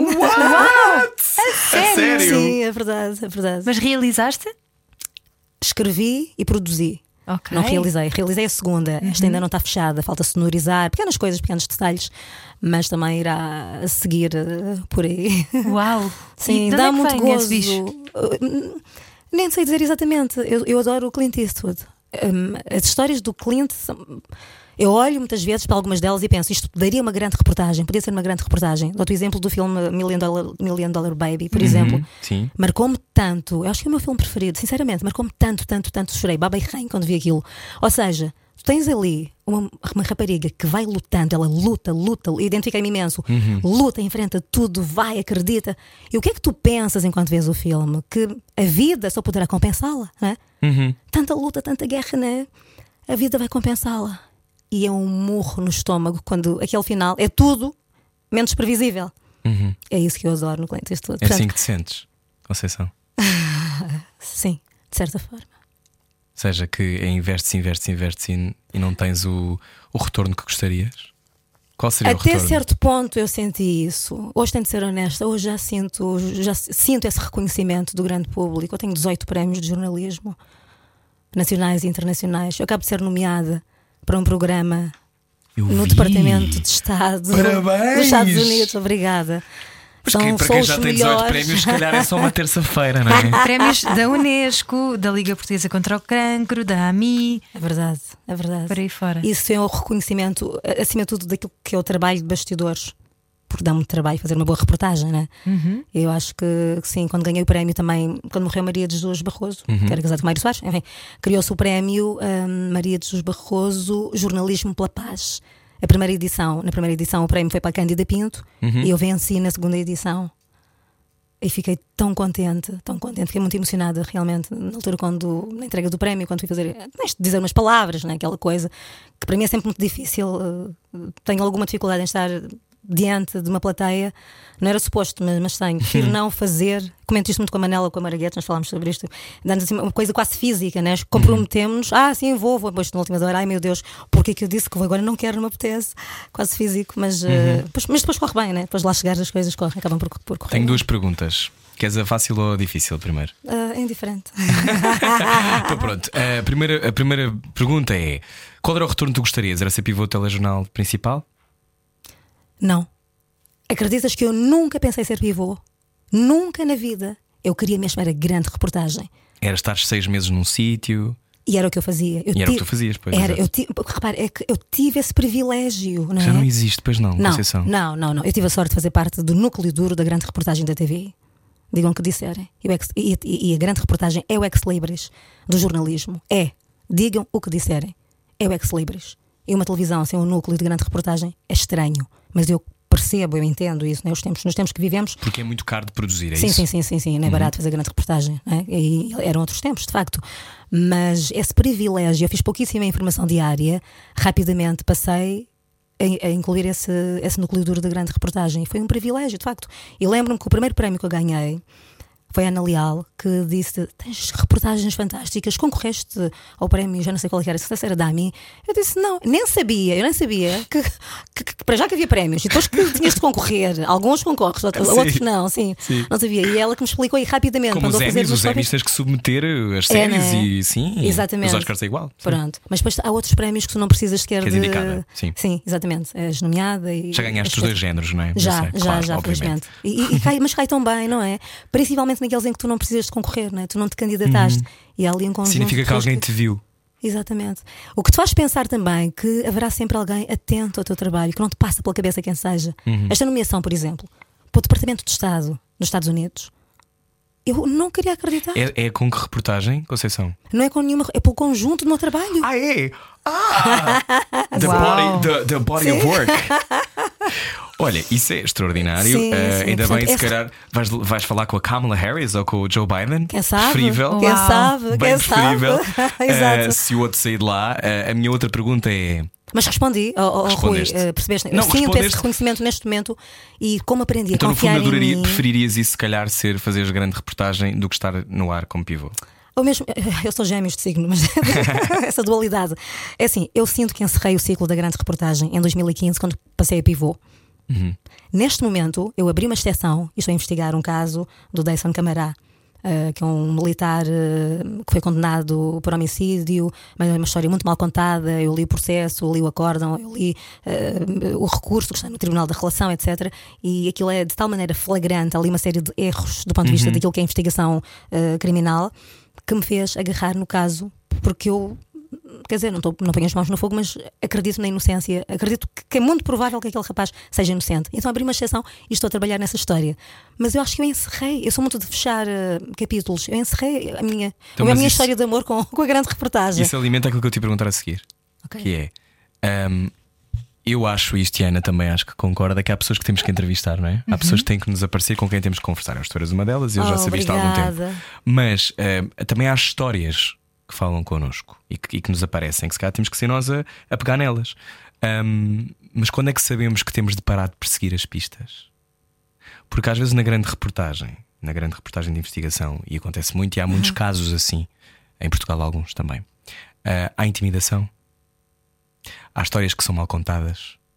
Sério? Sim, é verdade, é verdade. Mas realizaste? Escrevi e produzi. Ok. Não realizei a segunda. Esta ainda não está fechada, falta sonorizar, pequenas coisas, pequenos detalhes, mas também irá a seguir por aí. Uau! Sim, E de onde dá é que muito vem esse gozo. bicho? Nem sei dizer exatamente. Eu adoro o Clint Eastwood. As histórias do Clint eu olho muitas vezes para algumas delas e penso: isto daria uma grande reportagem, podia ser uma grande reportagem. Dou-te o exemplo do filme Million Dollar Baby, por exemplo. Sim. Marcou-me tanto, eu acho que é o meu filme preferido, sinceramente, marcou-me tanto, chorei, babei rém quando vi aquilo. Ou seja, tu tens ali uma rapariga que vai lutando, ela luta, identifica-me imenso, luta, enfrenta tudo, vai, acredita. E o que é que tu pensas enquanto vês o filme? Que a vida só poderá compensá-la, não é? Tanta luta, tanta guerra, não é? A vida vai compensá-la. E é um murro no estômago quando aquele final é tudo menos previsível. É isso que eu adoro no Clint Eastwood. É assim que te sentes, Conceição? Sim, de certa forma. Ou seja, que investes e não tens o retorno que gostarias? Qual seria o Até retorno? certo ponto eu senti isso. Hoje tenho de ser honesta, hoje já sinto esse reconhecimento do grande público. Eu tenho 18 prémios de jornalismo, nacionais e internacionais. Eu acabo de ser nomeada para um programa Eu no vi. Departamento de Estado Parabéns! dos Estados Unidos. Obrigada. Mas para quem já tem 18 prémios, se calhar é só uma terça-feira, não é? Prémios da Unesco, da Liga Portuguesa contra o Cancro, da AMI, É verdade, é verdade. por aí fora. Isso é o reconhecimento, acima de tudo, daquilo que é o trabalho de bastidores. Porque dá muito trabalho fazer uma boa reportagem, né? Eu acho que sim, quando ganhei o prémio também, quando morreu Maria de Jesus Barroso, que era casada com Mário Soares, enfim, criou-se o prémio Maria de Jesus Barroso Jornalismo pela Paz. Na primeira edição o prémio foi para a Cândida Pinto e eu venci na segunda edição. E fiquei tão contente, fiquei muito emocionada realmente na altura na entrega do prémio, quando fui dizer umas palavras, né? Aquela coisa que para mim é sempre muito difícil. Tenho alguma dificuldade em estar diante de uma plateia, não era suposto, mas tenho. Prefiro não fazer. Comento isto muito com a Manela, com a Maraguete, nós falámos sobre isto, dando assim uma coisa quase física, né? Comprometemos-nos, sim, vou, depois na última hora, ai meu Deus, porque é que eu disse que vou agora? Não quero, não me apetece, quase físico, mas depois corre bem, né? Depois lá chegar as coisas acabam por correr. Tenho duas perguntas. Queres a fácil ou a difícil primeiro? É indiferente. Então pronto, a primeira pergunta é: qual era o retorno que tu gostarias? Era ser pivô do telejornal principal? Não. Acreditas que eu nunca pensei ser pivô? Nunca na vida. Eu queria mesmo era grande reportagem. Era estar 6 meses num sítio. E era o que eu fazia. Era o que tu fazias, pois. Repare, é que eu tive esse privilégio, não é? Já não existe, pois não, Conceição. Não. Eu tive a sorte de fazer parte do núcleo duro da grande reportagem da TV. Digam o que disserem. E a grande reportagem é o ex-libris do jornalismo. Digam o que disserem. É o ex-libris. E uma televisão sem um núcleo de grande reportagem é estranho. Mas eu percebo, eu entendo isso, né? Nos tempos que vivemos. Porque é muito caro de produzir, é sim, isso? Sim. Não é barato fazer grande reportagem, né? E eram outros tempos, de facto. Mas esse privilégio, eu fiz pouquíssima informação diária, rapidamente passei a incluir esse núcleo duro de grande reportagem. Foi um privilégio, de facto. E lembro-me que o primeiro prémio que eu ganhei foi a Ana Leal, que disse: tens reportagens fantásticas, concorreste ao prémio, já não sei qual era, se era da AMI. Eu disse: não, eu nem sabia que para já que havia prémios, e depois que tinhas de concorrer, alguns concorres, outros não, não sabia. E ela que me explicou aí rapidamente. Como os Emmys tens que submeter as séries e sim, exatamente. Os Oscars é igual. Sim. Pronto, mas depois há outros prémios que tu não precisas sequer de indicada. Sim, exatamente. És nomeada e já ganhaste os dois géneros, não é? Já, claro, felizmente. Mas cai tão bem, não é? Principalmente naqueles em que tu não precisas de concorrer, não é? Tu não te candidataste e há ali um conjunto. Significa que alguém te viu. Exatamente. O que te faz pensar também que haverá sempre alguém atento ao teu trabalho, que não te passa pela cabeça quem seja. Esta nomeação, por exemplo, para o Departamento de Estado nos Estados Unidos, eu não queria acreditar. É com que reportagem, Conceição? Não é com nenhuma, é pelo conjunto do meu trabalho. The body of work. Olha, isso é extraordinário. Sim, ainda portanto, bem, se calhar vais falar com a Kamala Harris ou com o Joe Biden. Quem sabe? Preferível. Quem sabe? Bem Quem preferível. sabe? Exato. Se o outro sair de lá. A minha outra pergunta é: mas respondi, Rui, percebeste? Não, eu sinto esse reconhecimento neste momento e como aprendi então, a confiar no fundo, em mim. preferirias isso, se calhar, fazeres grande reportagem do que estar no ar como pivô? Ou mesmo, eu sou gêmeos de signo, mas essa dualidade. É assim, eu sinto que encerrei o ciclo da grande reportagem em 2015, quando passei a pivô. Neste momento, eu abri uma exceção e estou a investigar um caso do Dyson Camará, que é um militar que foi condenado por homicídio, mas é uma história muito mal contada. Eu li o processo, eu li o acórdão, eu li o recurso que está no Tribunal da Relação, etc. E aquilo é de tal maneira flagrante, há ali uma série de erros do ponto de vista daquilo que é a investigação criminal, que me fez agarrar no caso, porque eu, quer dizer, não ponho as mãos no fogo, mas acredito na inocência, acredito que é muito provável que aquele rapaz seja inocente. Então abri uma exceção e estou a trabalhar nessa história. Mas eu acho que eu encerrei, eu sou muito de fechar capítulos, eu encerrei a minha história de amor com a grande reportagem. Isso alimenta aquilo que eu te ia perguntar a seguir, que é: eu acho, e Tiana também acho que concorda, que há pessoas que temos que entrevistar, não é? Há pessoas que têm que nos aparecer, com quem temos que conversar. Tu eras uma delas e eu já sabia isto há algum tempo. Mas também há histórias que falam connosco e que nos aparecem, que se calhar temos que ser nós a pegar nelas. Mas quando é que sabemos que temos de parar de perseguir as pistas? Porque às vezes na grande reportagem de investigação, e acontece muito, e há muitos casos assim, em Portugal alguns também, há intimidação, há histórias que são mal contadas,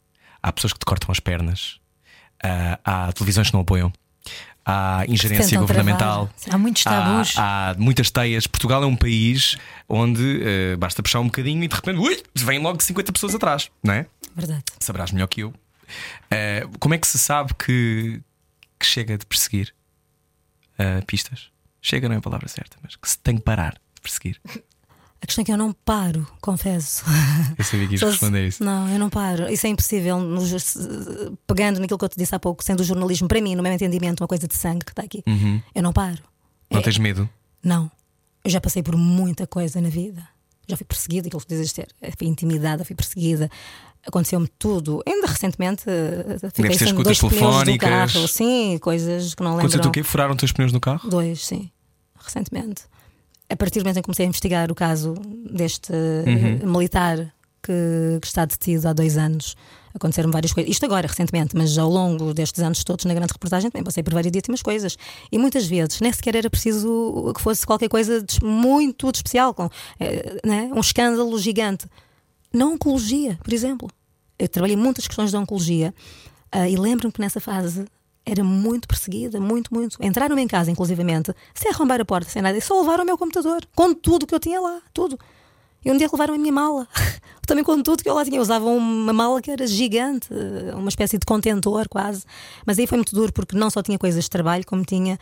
há pessoas que te cortam as pernas, há televisões que não apoiam, há ingerência tentam governamental, Há muitos tabus. há muitas teias. Portugal é um país onde basta puxar um bocadinho e de repente vem logo 50 pessoas atrás, não é? Verdade. Saberás melhor que eu. Como é que se sabe que chega de perseguir pistas? Chega não é a palavra certa, mas que se tem que parar de perseguir. A questão é que eu não paro, confesso. Eu sabia que ias responder isso. Não, eu não paro. Isso é impossível. Pegando naquilo que eu te disse há pouco, sendo o jornalismo, para mim, no meu entendimento, uma coisa de sangue que está aqui. Eu não paro. Não tens medo? Não. Eu já passei por muita coisa na vida. Já fui perseguida, aquilo que dizes ter. Fui intimidada, fui perseguida. Aconteceu-me tudo. Ainda recentemente fiquei sem 2 pneus do carro. Sim, coisas que não lembro. Aconteceu o quê? Furaram-te os pneus no carro? 2, sim. Recentemente. A partir do momento em que comecei a investigar o caso deste militar que está detido há 2 anos, aconteceram várias coisas. Isto agora, recentemente, mas ao longo destes anos todos, na grande reportagem, também passei por variedíssimas coisas. E muitas vezes nem sequer era preciso que fosse qualquer coisa muito de especial, né? Um escândalo gigante. Na oncologia, por exemplo. Eu trabalhei muitas questões de oncologia e lembro-me que nessa fase era muito perseguida, muito. Entraram-me em casa, inclusivamente, sem arrombar a porta, sem nada, e só levaram o meu computador, com tudo o que eu tinha lá, tudo. E um dia levaram a minha mala, também com tudo que eu lá tinha. Usavam uma mala que era gigante, uma espécie de contentor quase. Mas aí foi muito duro, porque não só tinha coisas de trabalho, como tinha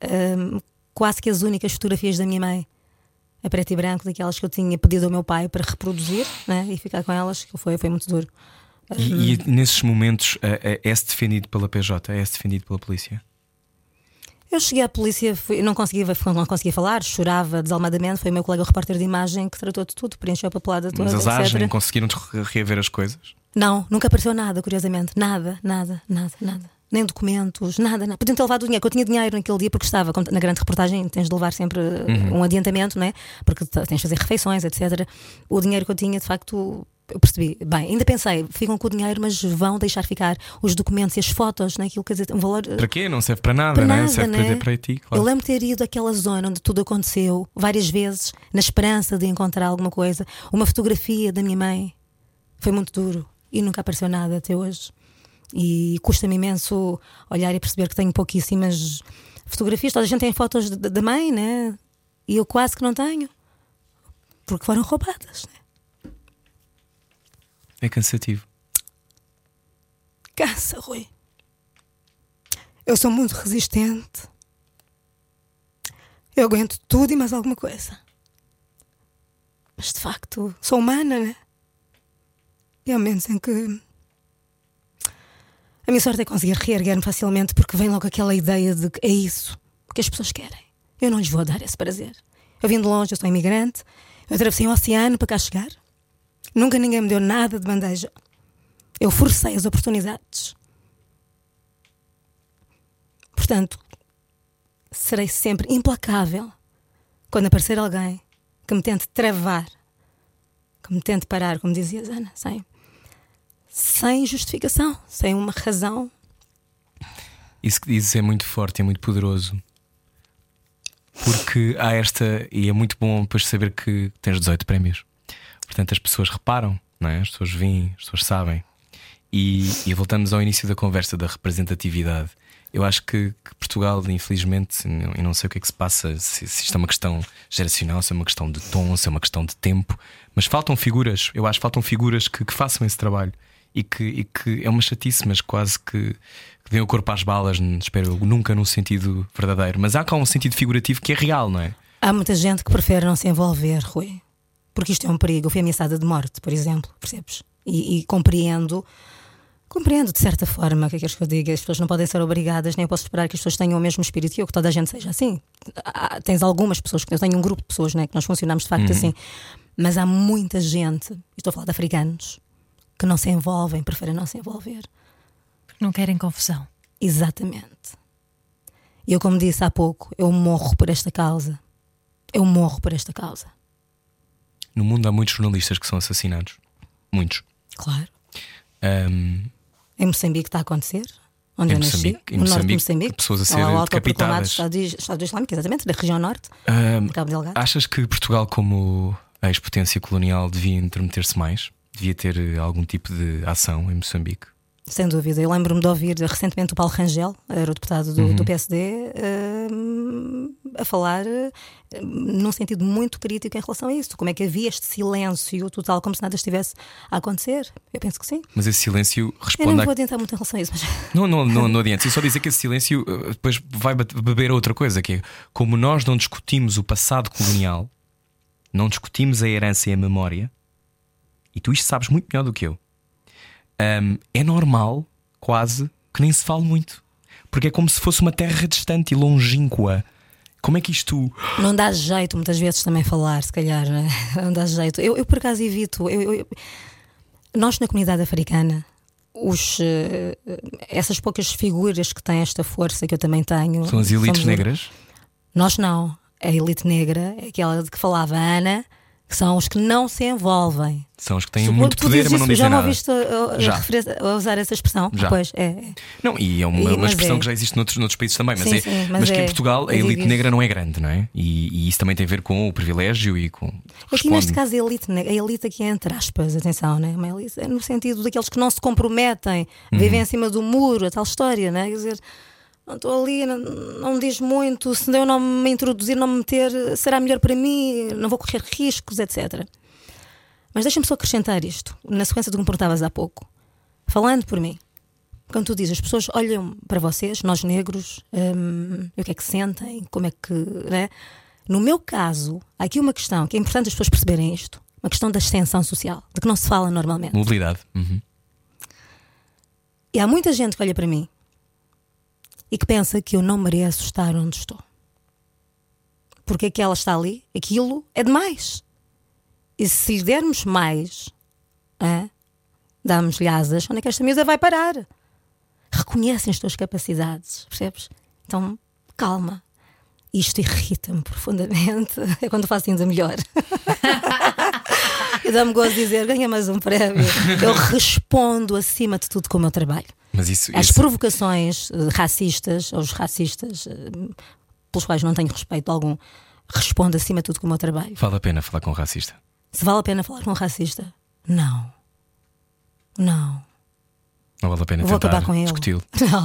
quase que as únicas fotografias da minha mãe, a preto e branco, daquelas que eu tinha pedido ao meu pai para reproduzir, né, e ficar com elas, que foi muito duro. E nesses momentos é-se defendido pela PJ? É-se defendido pela polícia? Eu cheguei à polícia, não conseguia falar, chorava desalmadamente. Foi o meu colega o repórter de imagem que tratou de tudo, preencheu a papelada toda. Mas eles etc. agem, conseguiram reaver as coisas? Não, nunca apareceu nada, curiosamente. Nada. Nem documentos, nada. Podiam ter levado o dinheiro, que eu tinha dinheiro naquele dia, porque estava na grande reportagem, tens de levar sempre um adiantamento, né? Porque tens de fazer refeições, etc. O dinheiro que eu tinha, de facto, eu percebi. Bem, ainda pensei, ficam com o dinheiro, mas vão deixar ficar os documentos e as fotos, né? Aquilo, quer dizer, um valor. Para quê? Não serve para nada, né? Serve né? para ti, claro. Eu lembro de ter ido àquela zona onde tudo aconteceu várias vezes, na esperança de encontrar alguma coisa. Uma fotografia da minha mãe. Foi muito duro e nunca apareceu nada até hoje. E custa-me imenso olhar e perceber que tenho pouquíssimas fotografias. Toda a gente tem fotos da mãe, né? E eu quase que não tenho, porque foram roubadas, né? É cansativo. Cansa, Rui. Eu sou muito resistente. Eu aguento tudo e mais alguma coisa. Mas de facto sou humana, né? E há momentos em que a minha sorte é conseguir reerguer-me facilmente, porque vem logo aquela ideia de que é isso que as pessoas querem. Eu não lhes vou dar esse prazer. Eu vim de longe, eu sou imigrante. Eu atravessei um oceano para cá chegar. Nunca ninguém me deu nada de bandeja. Eu forcei as oportunidades. Portanto, serei sempre implacável quando aparecer alguém que me tente travar, que me tente parar, como dizias, Ana, sem justificação, sem uma razão. Isso que dizes é muito forte, é muito poderoso. Porque há e é muito bom depois saber que tens 18 prémios. Portanto, as pessoas reparam, não é? As pessoas veem, as pessoas sabem. E voltamos ao início da conversa da representatividade. Eu acho que Portugal, infelizmente, eu não sei o que é que se passa, se isto é uma questão geracional, se é uma questão de tom, se é uma questão de tempo, mas faltam figuras. Eu acho que faltam figuras que façam esse trabalho. E que é uma chatice, mas quase que deem o corpo às balas. Espero eu, nunca num sentido verdadeiro. Mas há cá um sentido figurativo que é real, não é? Há muita gente que prefere não se envolver, Rui, porque isto é um perigo. Eu fui ameaçada de morte, por exemplo, percebes? E compreendo de certa forma o que é que queres que eu diga. As pessoas não podem ser obrigadas, nem eu posso esperar que as pessoas tenham o mesmo espírito que eu, que toda a gente seja assim. Tens algumas pessoas, eu tenho um grupo de pessoas, né, que nós funcionamos de facto assim. Mas há muita gente, estou a falar de africanos, que não se envolvem, preferem não se envolver. Não querem confusão. Exatamente. E eu, como disse há pouco, eu morro por esta causa. Eu morro por esta causa. No mundo há muitos jornalistas que são assassinados. Muitos. Claro. Em Moçambique está a acontecer, onde eu nasci, em no norte de Moçambique, Moçambique, pessoas a serem decapitadas. Estado Islâmico, exatamente, da região norte, de Cabo Delgado. Achas que Portugal, como a ex-potência colonial, devia intermeter-se mais? Devia ter algum tipo de ação em Moçambique? Sem dúvida. Eu lembro-me de ouvir recentemente o Paulo Rangel, era o deputado do PSD, a falar num sentido muito crítico em relação a isso. Como é que havia este silêncio total, como se nada estivesse a acontecer? Eu penso que sim. Mas esse silêncio responde. Eu não vou adiantar muito em relação a isso, mas... Não adianta. Eu só dizer que esse silêncio depois vai beber a outra coisa, que é como nós não discutimos o passado colonial, não discutimos a herança e a memória, e tu isto sabes muito melhor do que eu. É normal, quase, que nem se fale muito, porque é como se fosse uma terra distante e longínqua. Como é que isto. Não dá jeito muitas vezes também falar, se calhar, não é? Não dá jeito. Eu por acaso evito. Nós na comunidade africana, essas poucas figuras que têm esta força que eu também tenho. São as elites negras? Nós não. A elite negra é aquela de que falava a Ana, que são os que não se envolvem. São os que têm muito poder, mas não dizem nada. Já me ouviste a usar essa expressão? Já. Pois, Não, e é uma expressão que já existe noutros países também. Mas, mas que em Portugal a elite negra não é grande, não é? E isso também tem a ver com o privilégio e com. Aqui neste caso a elite aqui é entre aspas, atenção, né? Uma elite, no sentido daqueles que não se comprometem, vivem em cima do muro, a tal história, né? Quer dizer, não estou ali, não me diz muito, se eu não me introduzir, não me meter, será melhor para mim, não vou correr riscos, etc. Mas deixa-me só acrescentar isto, na sequência do que me perguntavas há pouco. Falando por mim, quando tu dizes, as pessoas olham para vocês, nós negros, o que é que sentem, como é que. Né? No meu caso, há aqui uma questão que é importante as pessoas perceberem isto, uma questão da extensão social, de que não se fala normalmente. Mobilidade. E há muita gente que olha para mim e que pensa que eu não mereço estar onde estou. Porque é que ela está ali? Aquilo é demais. E se lhe dermos mais, damos-lhe asas, onde é que esta miúda vai parar? Reconhecem as tuas capacidades, percebes? Então, calma. Isto irrita-me profundamente. É quando faço ainda melhor. Eu dá-me gosto de dizer, ganha mais um prémio. Eu respondo acima de tudo com o meu trabalho. Mas as provocações racistas, aos racistas pelos quais não tenho respeito algum, respondo acima de tudo com o meu trabalho. Vale a pena falar com um racista? Se vale a pena falar com um racista? Não. Não vale a pena vou tentar acabar com ele. discuti-lo?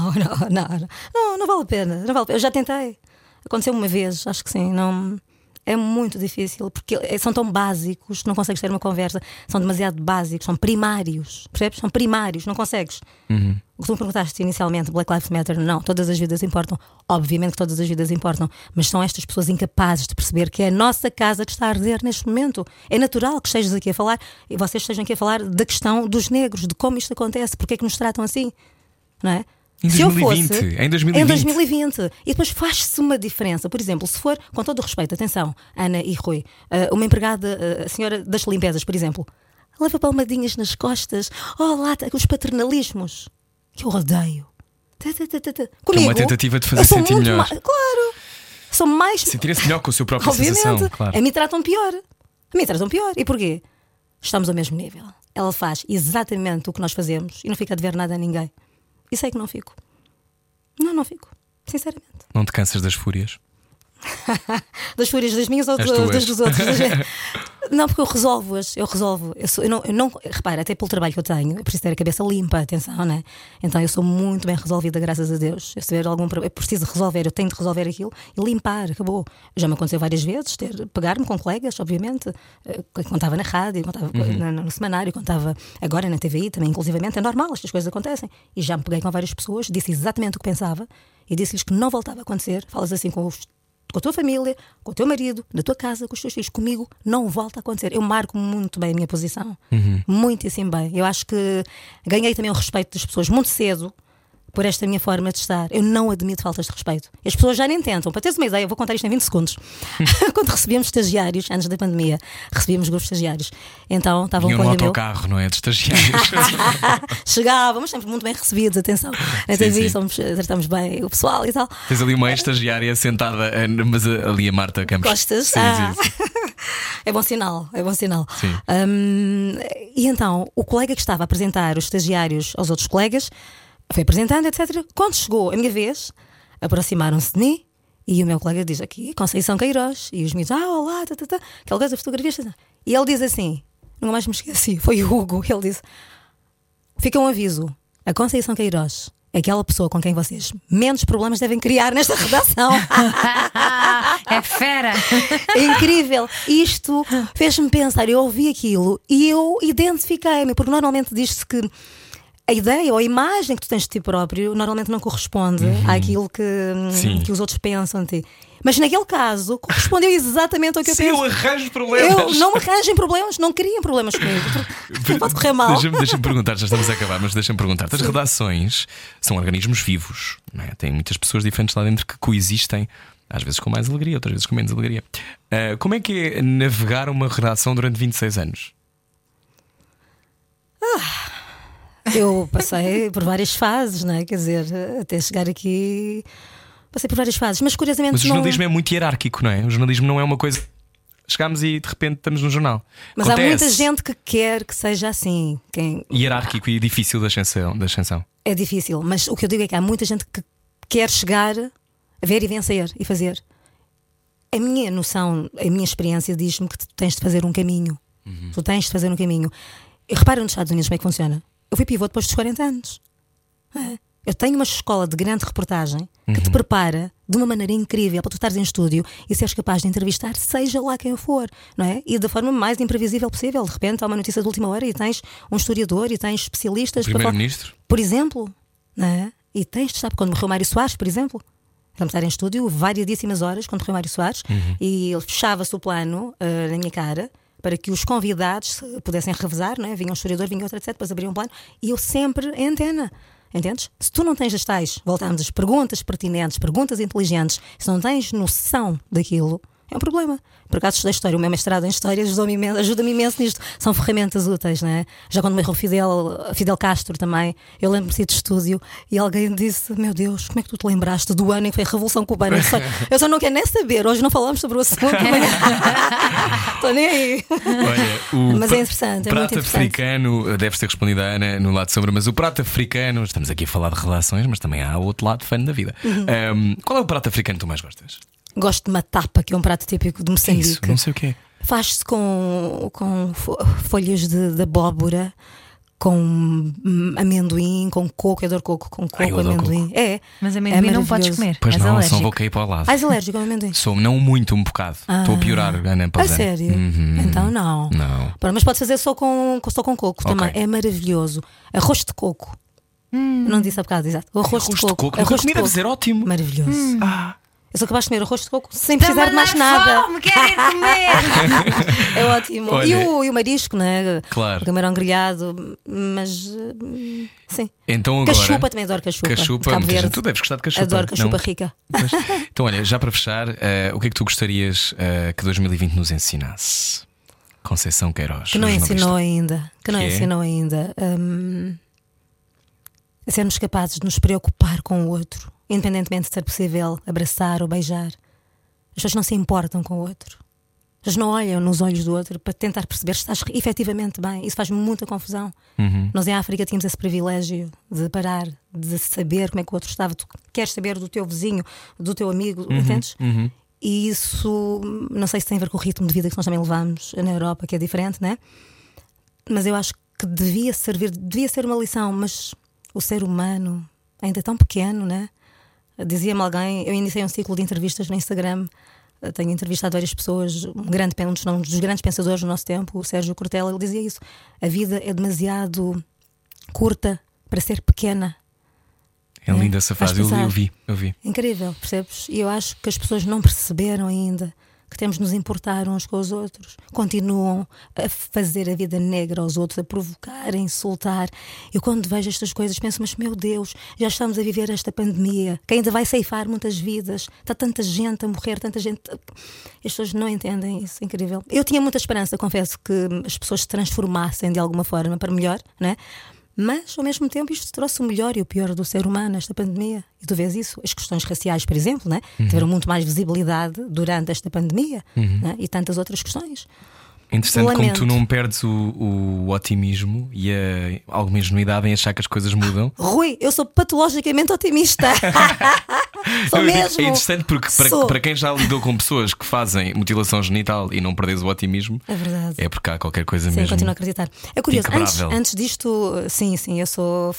Não vale a pena. Eu já tentei. Aconteceu uma vez, acho que sim. Não. É muito difícil, porque são tão básicos que não consegues ter uma conversa. São demasiado básicos, são primários. Percebes? São primários, não consegues. O que tu me perguntaste inicialmente, Black Lives Matter, não, todas as vidas importam. Obviamente que todas as vidas importam, mas são estas pessoas incapazes de perceber que é a nossa casa que está a arder neste momento. É natural que estejas aqui a falar, e vocês estejam aqui a falar da questão dos negros, de como isto acontece, porque é que nos tratam assim, não é? Em 2020, em 2020. E depois faz-se uma diferença. Por exemplo, se for, com todo o respeito, atenção, Ana e Rui, uma empregada, a senhora das limpezas, por exemplo, leva palmadinhas nas costas, lá os paternalismos, que eu odeio. Comigo, é uma tentativa de fazer sentir melhor. Claro, sou mais. Sentir-se melhor com a sua própria sensação. Claro. A mim tratam pior. E porquê? Estamos ao mesmo nível. Ela faz exatamente o que nós fazemos e não fica a dever nada a ninguém. E sei que não fico. Não fico. Sinceramente. Não te cansas das fúrias? Das fúrias das minhas ou das dos outros? Não, porque eu resolvo-as. Eu não, repara, até pelo trabalho que eu tenho, eu preciso ter a cabeça limpa, atenção, né? Então eu sou muito bem resolvida, graças a Deus. Se tiver algum problema, eu preciso resolver, eu tenho de resolver aquilo e limpar, acabou. Já me aconteceu várias vezes pegar-me com colegas, obviamente, quando estava na rádio, quando estava no semanário, quando estava agora na TVI também, inclusivamente, é normal, estas coisas acontecem. E já me peguei com várias pessoas, disse exatamente o que pensava e disse-lhes que não voltava a acontecer. Falas assim com a tua família, com o teu marido, na tua casa, com os teus filhos, comigo não volta a acontecer. Eu marco muito bem a minha posição, muitíssimo bem. Eu acho que ganhei também o respeito das pessoas muito cedo por esta minha forma de estar. Eu não admito faltas de respeito. As pessoas já nem tentam. Para teres uma ideia, eu vou contar isto em 20 segundos. Quando recebíamos estagiários, antes da pandemia, recebíamos grupos de estagiários. Então estavam com um autocarro, não é? De estagiários. Chegávamos sempre muito bem recebidos, atenção. Na TV tratamos bem o pessoal e tal. Tens ali uma estagiária sentada, mas ali a Marta Campos. Gostas? Sim. É bom sinal. Sim. E então, o colega que estava a apresentar os estagiários aos outros colegas foi apresentando, etc. Quando chegou a minha vez, aproximaram-se de mim e o meu colega diz aqui, Conceição Queiroz, e os miúdos, olá, aquela coisa da fotografia. E ele diz assim, nunca mais me esqueci, foi o Hugo, ele disse: fica um aviso, A Conceição Queiroz é aquela pessoa com quem vocês menos problemas devem criar nesta redação. É fera! É incrível. Isto fez-me pensar. Eu ouvi aquilo e eu identifiquei-me, porque normalmente diz-se que a ideia ou a imagem que tu tens de ti próprio normalmente não corresponde àquilo que os outros pensam de ti. Mas naquele caso correspondeu exatamente ao que eu penso. Eu arranjo problemas. Eu não me arranjem problemas, não criem problemas comigo. Não pode correr mal. Deixa-me perguntar, já estamos a acabar, mas deixa-me perguntar. As redações são organismos vivos, não é? Tem muitas pessoas diferentes lá dentro que coexistem, às vezes com mais alegria, outras vezes com menos alegria. Como é que é navegar uma redação durante 26 anos? Eu passei por várias fases, não é? Quer dizer, até chegar aqui, passei por várias fases, mas curiosamente. Mas o jornalismo é muito hierárquico, não é? O jornalismo não é uma coisa. Chegámos e de repente estamos no jornal. Mas acontece. Há muita gente que quer que seja assim. Hierárquico e difícil de ascensão. É difícil, mas o que eu digo é que há muita gente que quer chegar a ver e vencer e fazer. A minha noção, a minha experiência diz-me que tu tens de fazer um caminho. Tu tens de fazer um caminho. E repara nos Estados Unidos como é que funciona. Eu fui pivô depois dos 40 anos. Eu tenho uma escola de grande reportagem que te prepara de uma maneira incrível para tu estares em estúdio e seres capaz de entrevistar seja lá quem for, não é? E da forma mais imprevisível possível. De repente há uma notícia de última hora e tens um historiador e tens especialistas. Primeiro-ministro, por exemplo, não é? E tens de saber quando morreu Mário Soares, por exemplo. Vamos estar em estúdio variedíssimas horas quando morreu Mário Soares e ele fechava-se o plano na minha cara para que os convidados pudessem revezar, não é? Vinha um historiador, vinha outro, etc. Depois abriam um plano e eu sempre em antena. Entendes? Se tu não tens as tais, voltamos às perguntas pertinentes, perguntas inteligentes, se não tens noção daquilo, é um problema. Por acaso estudei História, o meu mestrado em História ajuda-me imenso nisto. São ferramentas úteis, não é? Já quando morreu Fidel Castro também, eu lembro-me de estúdio e alguém disse: meu Deus, como é que tu te lembraste do ano em que foi a Revolução Cubana? Eu só não quero nem saber, hoje não falamos sobre o assunto. Estou nem aí. Olha, mas é interessante, é muito prato interessante. africano, deve ter respondido a Ana no lado de sombra, mas o prato africano, estamos aqui a falar de relações, mas também há outro lado fã da vida. Qual é o prato africano que tu mais gostas? Gosto de matapa, que é um prato típico de Moçambique. Isso, não sei o que é. Faz-se com folhas de abóbora, com amendoim, com coco. Eu adoro coco, com coco, amendoim. Coco. É. Mas amendoim não podes comer. Pois és não, alérgico. só vou cair para o lado. És alérgico ao amendoim? Sou, não muito, um bocado. Estou a piorar, Ana. A sério? Então não. Pronto, mas pode fazer só com coco também. É maravilhoso. Arroz de coco. Não disse há bocado, exato. Arroz de coco. Arroz de coco deve ser ótimo. Maravilhoso. Eu sou capaz de comer arroz de coco sem precisar de mais nada. Fome, querem comer. É ótimo. Olha, e o marisco, não é? Claro. O camarão grelhado. Mas sim. Então agora, cachupa, também adoro cachupa. Cabo Verde. Tu deves gostar de cachupa. Adoro cachupa não? rica. Mas, então, olha, já para fechar, o que é que tu gostarias que 2020 nos ensinasse? Conceição Queiroz. Que não ensinou ainda. A sermos capazes de nos preocupar com o outro, independentemente de ser possível abraçar ou beijar. As pessoas não se importam com o outro. As pessoas não olham nos olhos do outro para tentar perceber se estás efetivamente bem. Isso faz muita confusão. Nós em África tínhamos esse privilégio de parar, de saber como é que o outro estava. Tu queres saber do teu vizinho, do teu amigo, entendes? E isso, não sei se tem a ver com o ritmo de vida que nós também levamos na Europa, que é diferente, não é? Mas eu acho que devia ser uma lição, mas o ser humano ainda é tão pequeno, né? Dizia-me alguém, eu iniciei um ciclo de entrevistas no Instagram, tenho entrevistado várias pessoas, um dos grandes pensadores do nosso tempo, o Sérgio Cortella, ele dizia isso: a vida é demasiado curta para ser pequena. É linda essa frase, eu vi. Incrível, percebes? E eu acho que as pessoas não perceberam ainda que temos de nos importar uns com os outros. Continuam a fazer a vida negra aos outros, a provocar, a insultar. Eu quando vejo estas coisas penso: mas meu Deus, já estamos a viver esta pandemia que ainda vai ceifar muitas vidas. Está tanta gente a morrer, tanta gente. As pessoas não entendem isso, é incrível. Eu tinha muita esperança, confesso, que as pessoas se transformassem de alguma forma para melhor, não é? Mas, ao mesmo tempo, isto trouxe o melhor e o pior do ser humano nesta pandemia. E tu vês isso. As questões raciais, por exemplo, né? Tiveram muito mais visibilidade durante esta pandemia, né? E tantas outras questões. Interessante como tu não perdes o otimismo e alguma ingenuidade em achar que as coisas mudam. Rui, eu sou patologicamente otimista. Sou mesmo. É interessante porque para quem já lidou com pessoas que fazem mutilação genital e não perdes o otimismo, é verdade. É porque há qualquer coisa sim, mesmo. Continuo a acreditar. É curioso, inquebrável. antes disto, sim, eu sou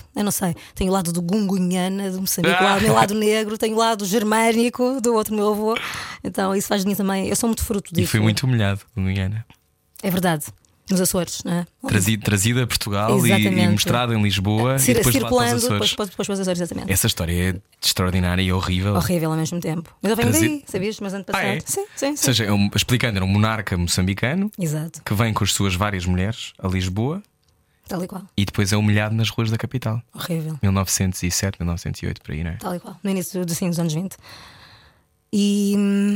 eu não sei. Tenho o lado do Gungunhana, do Moçambique, o meu lado negro, tenho o lado germânico do outro meu avô. Então isso faz de mim também. Eu sou muito fruto disso. E foi muito humilhado, Gungunhana. É verdade. Nos Açores, não é? Trazida a Portugal e mostrada em Lisboa e depois circulando, para os Açores. Depois para os Açores, exatamente. Essa história é extraordinária e horrível. Horrível ao mesmo tempo. Mas eu venho daí, sabias? Mas ano passado. É? Sim. Ou seja, explicando, era um monarca moçambicano. Exato. Que vem com as suas várias mulheres a Lisboa. Tal e qual. E depois é humilhado nas ruas da capital. Horrível. 1907, 1908, por aí, não é? Tal e qual. No início dos anos 20. E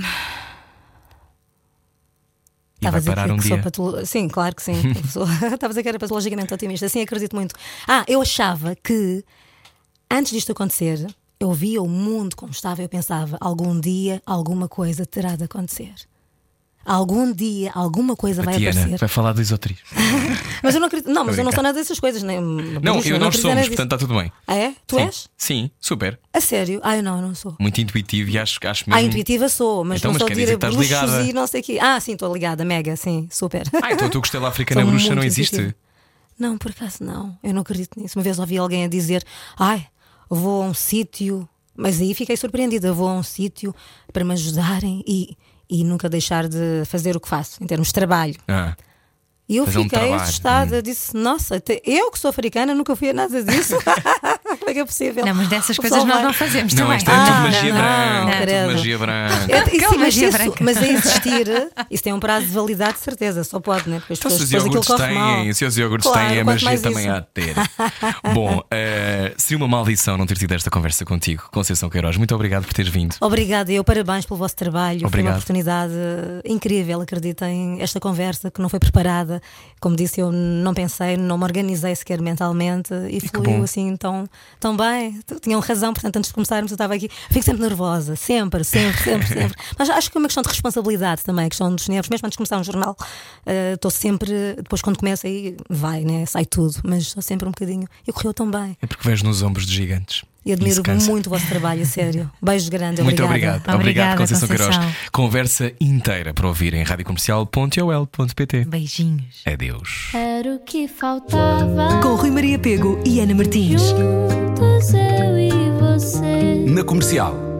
vai parar um dia. Sim, claro que sim. Estava a dizer que era patologicamente otimista. Sim, acredito muito. Eu achava que antes disto acontecer, eu via o mundo como estava e eu pensava: algum dia alguma coisa terá de acontecer. Algum dia alguma coisa vai aparecer. Vai falar do esoterismo. Mas eu não acredito. Não, mas eu não sou nada dessas coisas. Nem, nós somos, portanto está tudo bem. É? Tu és? Sim, super. A sério? Eu não sou. Muito intuitivo e acho mesmo. Intuitiva sou, mas então, não sou quer dizer que estás ligada. E não sei o quê. Sim, estou ligada, mega, sim, super. Então tu Costela Africana Bruxa não existe? Intuitiva. Não, por acaso não. Eu não acredito nisso. Uma vez ouvi alguém a dizer: vou a um sítio, mas aí fiquei surpreendida. Vou a um sítio para me ajudarem e nunca deixar de fazer o que faço em termos de trabalho. E eu fiquei assustada, disse: nossa, eu que sou africana nunca fui a nada disso. Como é que é possível? Não, mas dessas coisas nós não fazemos também. Isto é tudo magia branca. Tudo magia branca. Mas a existir, isso tem um prazo de validade, de certeza, só pode, né? Então, se os iogurtes têm, a magia também há de ter. Bom, seria uma maldição não ter tido esta conversa contigo, Conceição Queiroz. Muito obrigado por teres vindo. Obrigada, eu parabéns pelo vosso trabalho. Obrigado. Foi uma oportunidade incrível, acreditem. Esta conversa que não foi preparada, como disse, eu não pensei, não me organizei sequer mentalmente e fluiu assim tão bem. Tinham razão, portanto, antes de começarmos, eu estava aqui. Fico sempre nervosa, sempre. Mas acho que é uma questão de responsabilidade também, questão dos nervos. Mesmo antes de começar um jornal, estou sempre. Depois, quando começa, aí vai, né? Sai tudo, mas estou sempre um bocadinho. E correu tão bem. É porque vejo nos ombros de gigantes. E admiro muito o vosso trabalho, a sério. Beijo grande, muito obrigada. Obrigado, Conceição Queiroz. Conversa inteira para ouvir em radiocomercial.ol.pt. Beijinhos. Adeus. Era o que faltava. Com Rui Maria Pego e Ana Martins. Juntos eu e você. Na Comercial.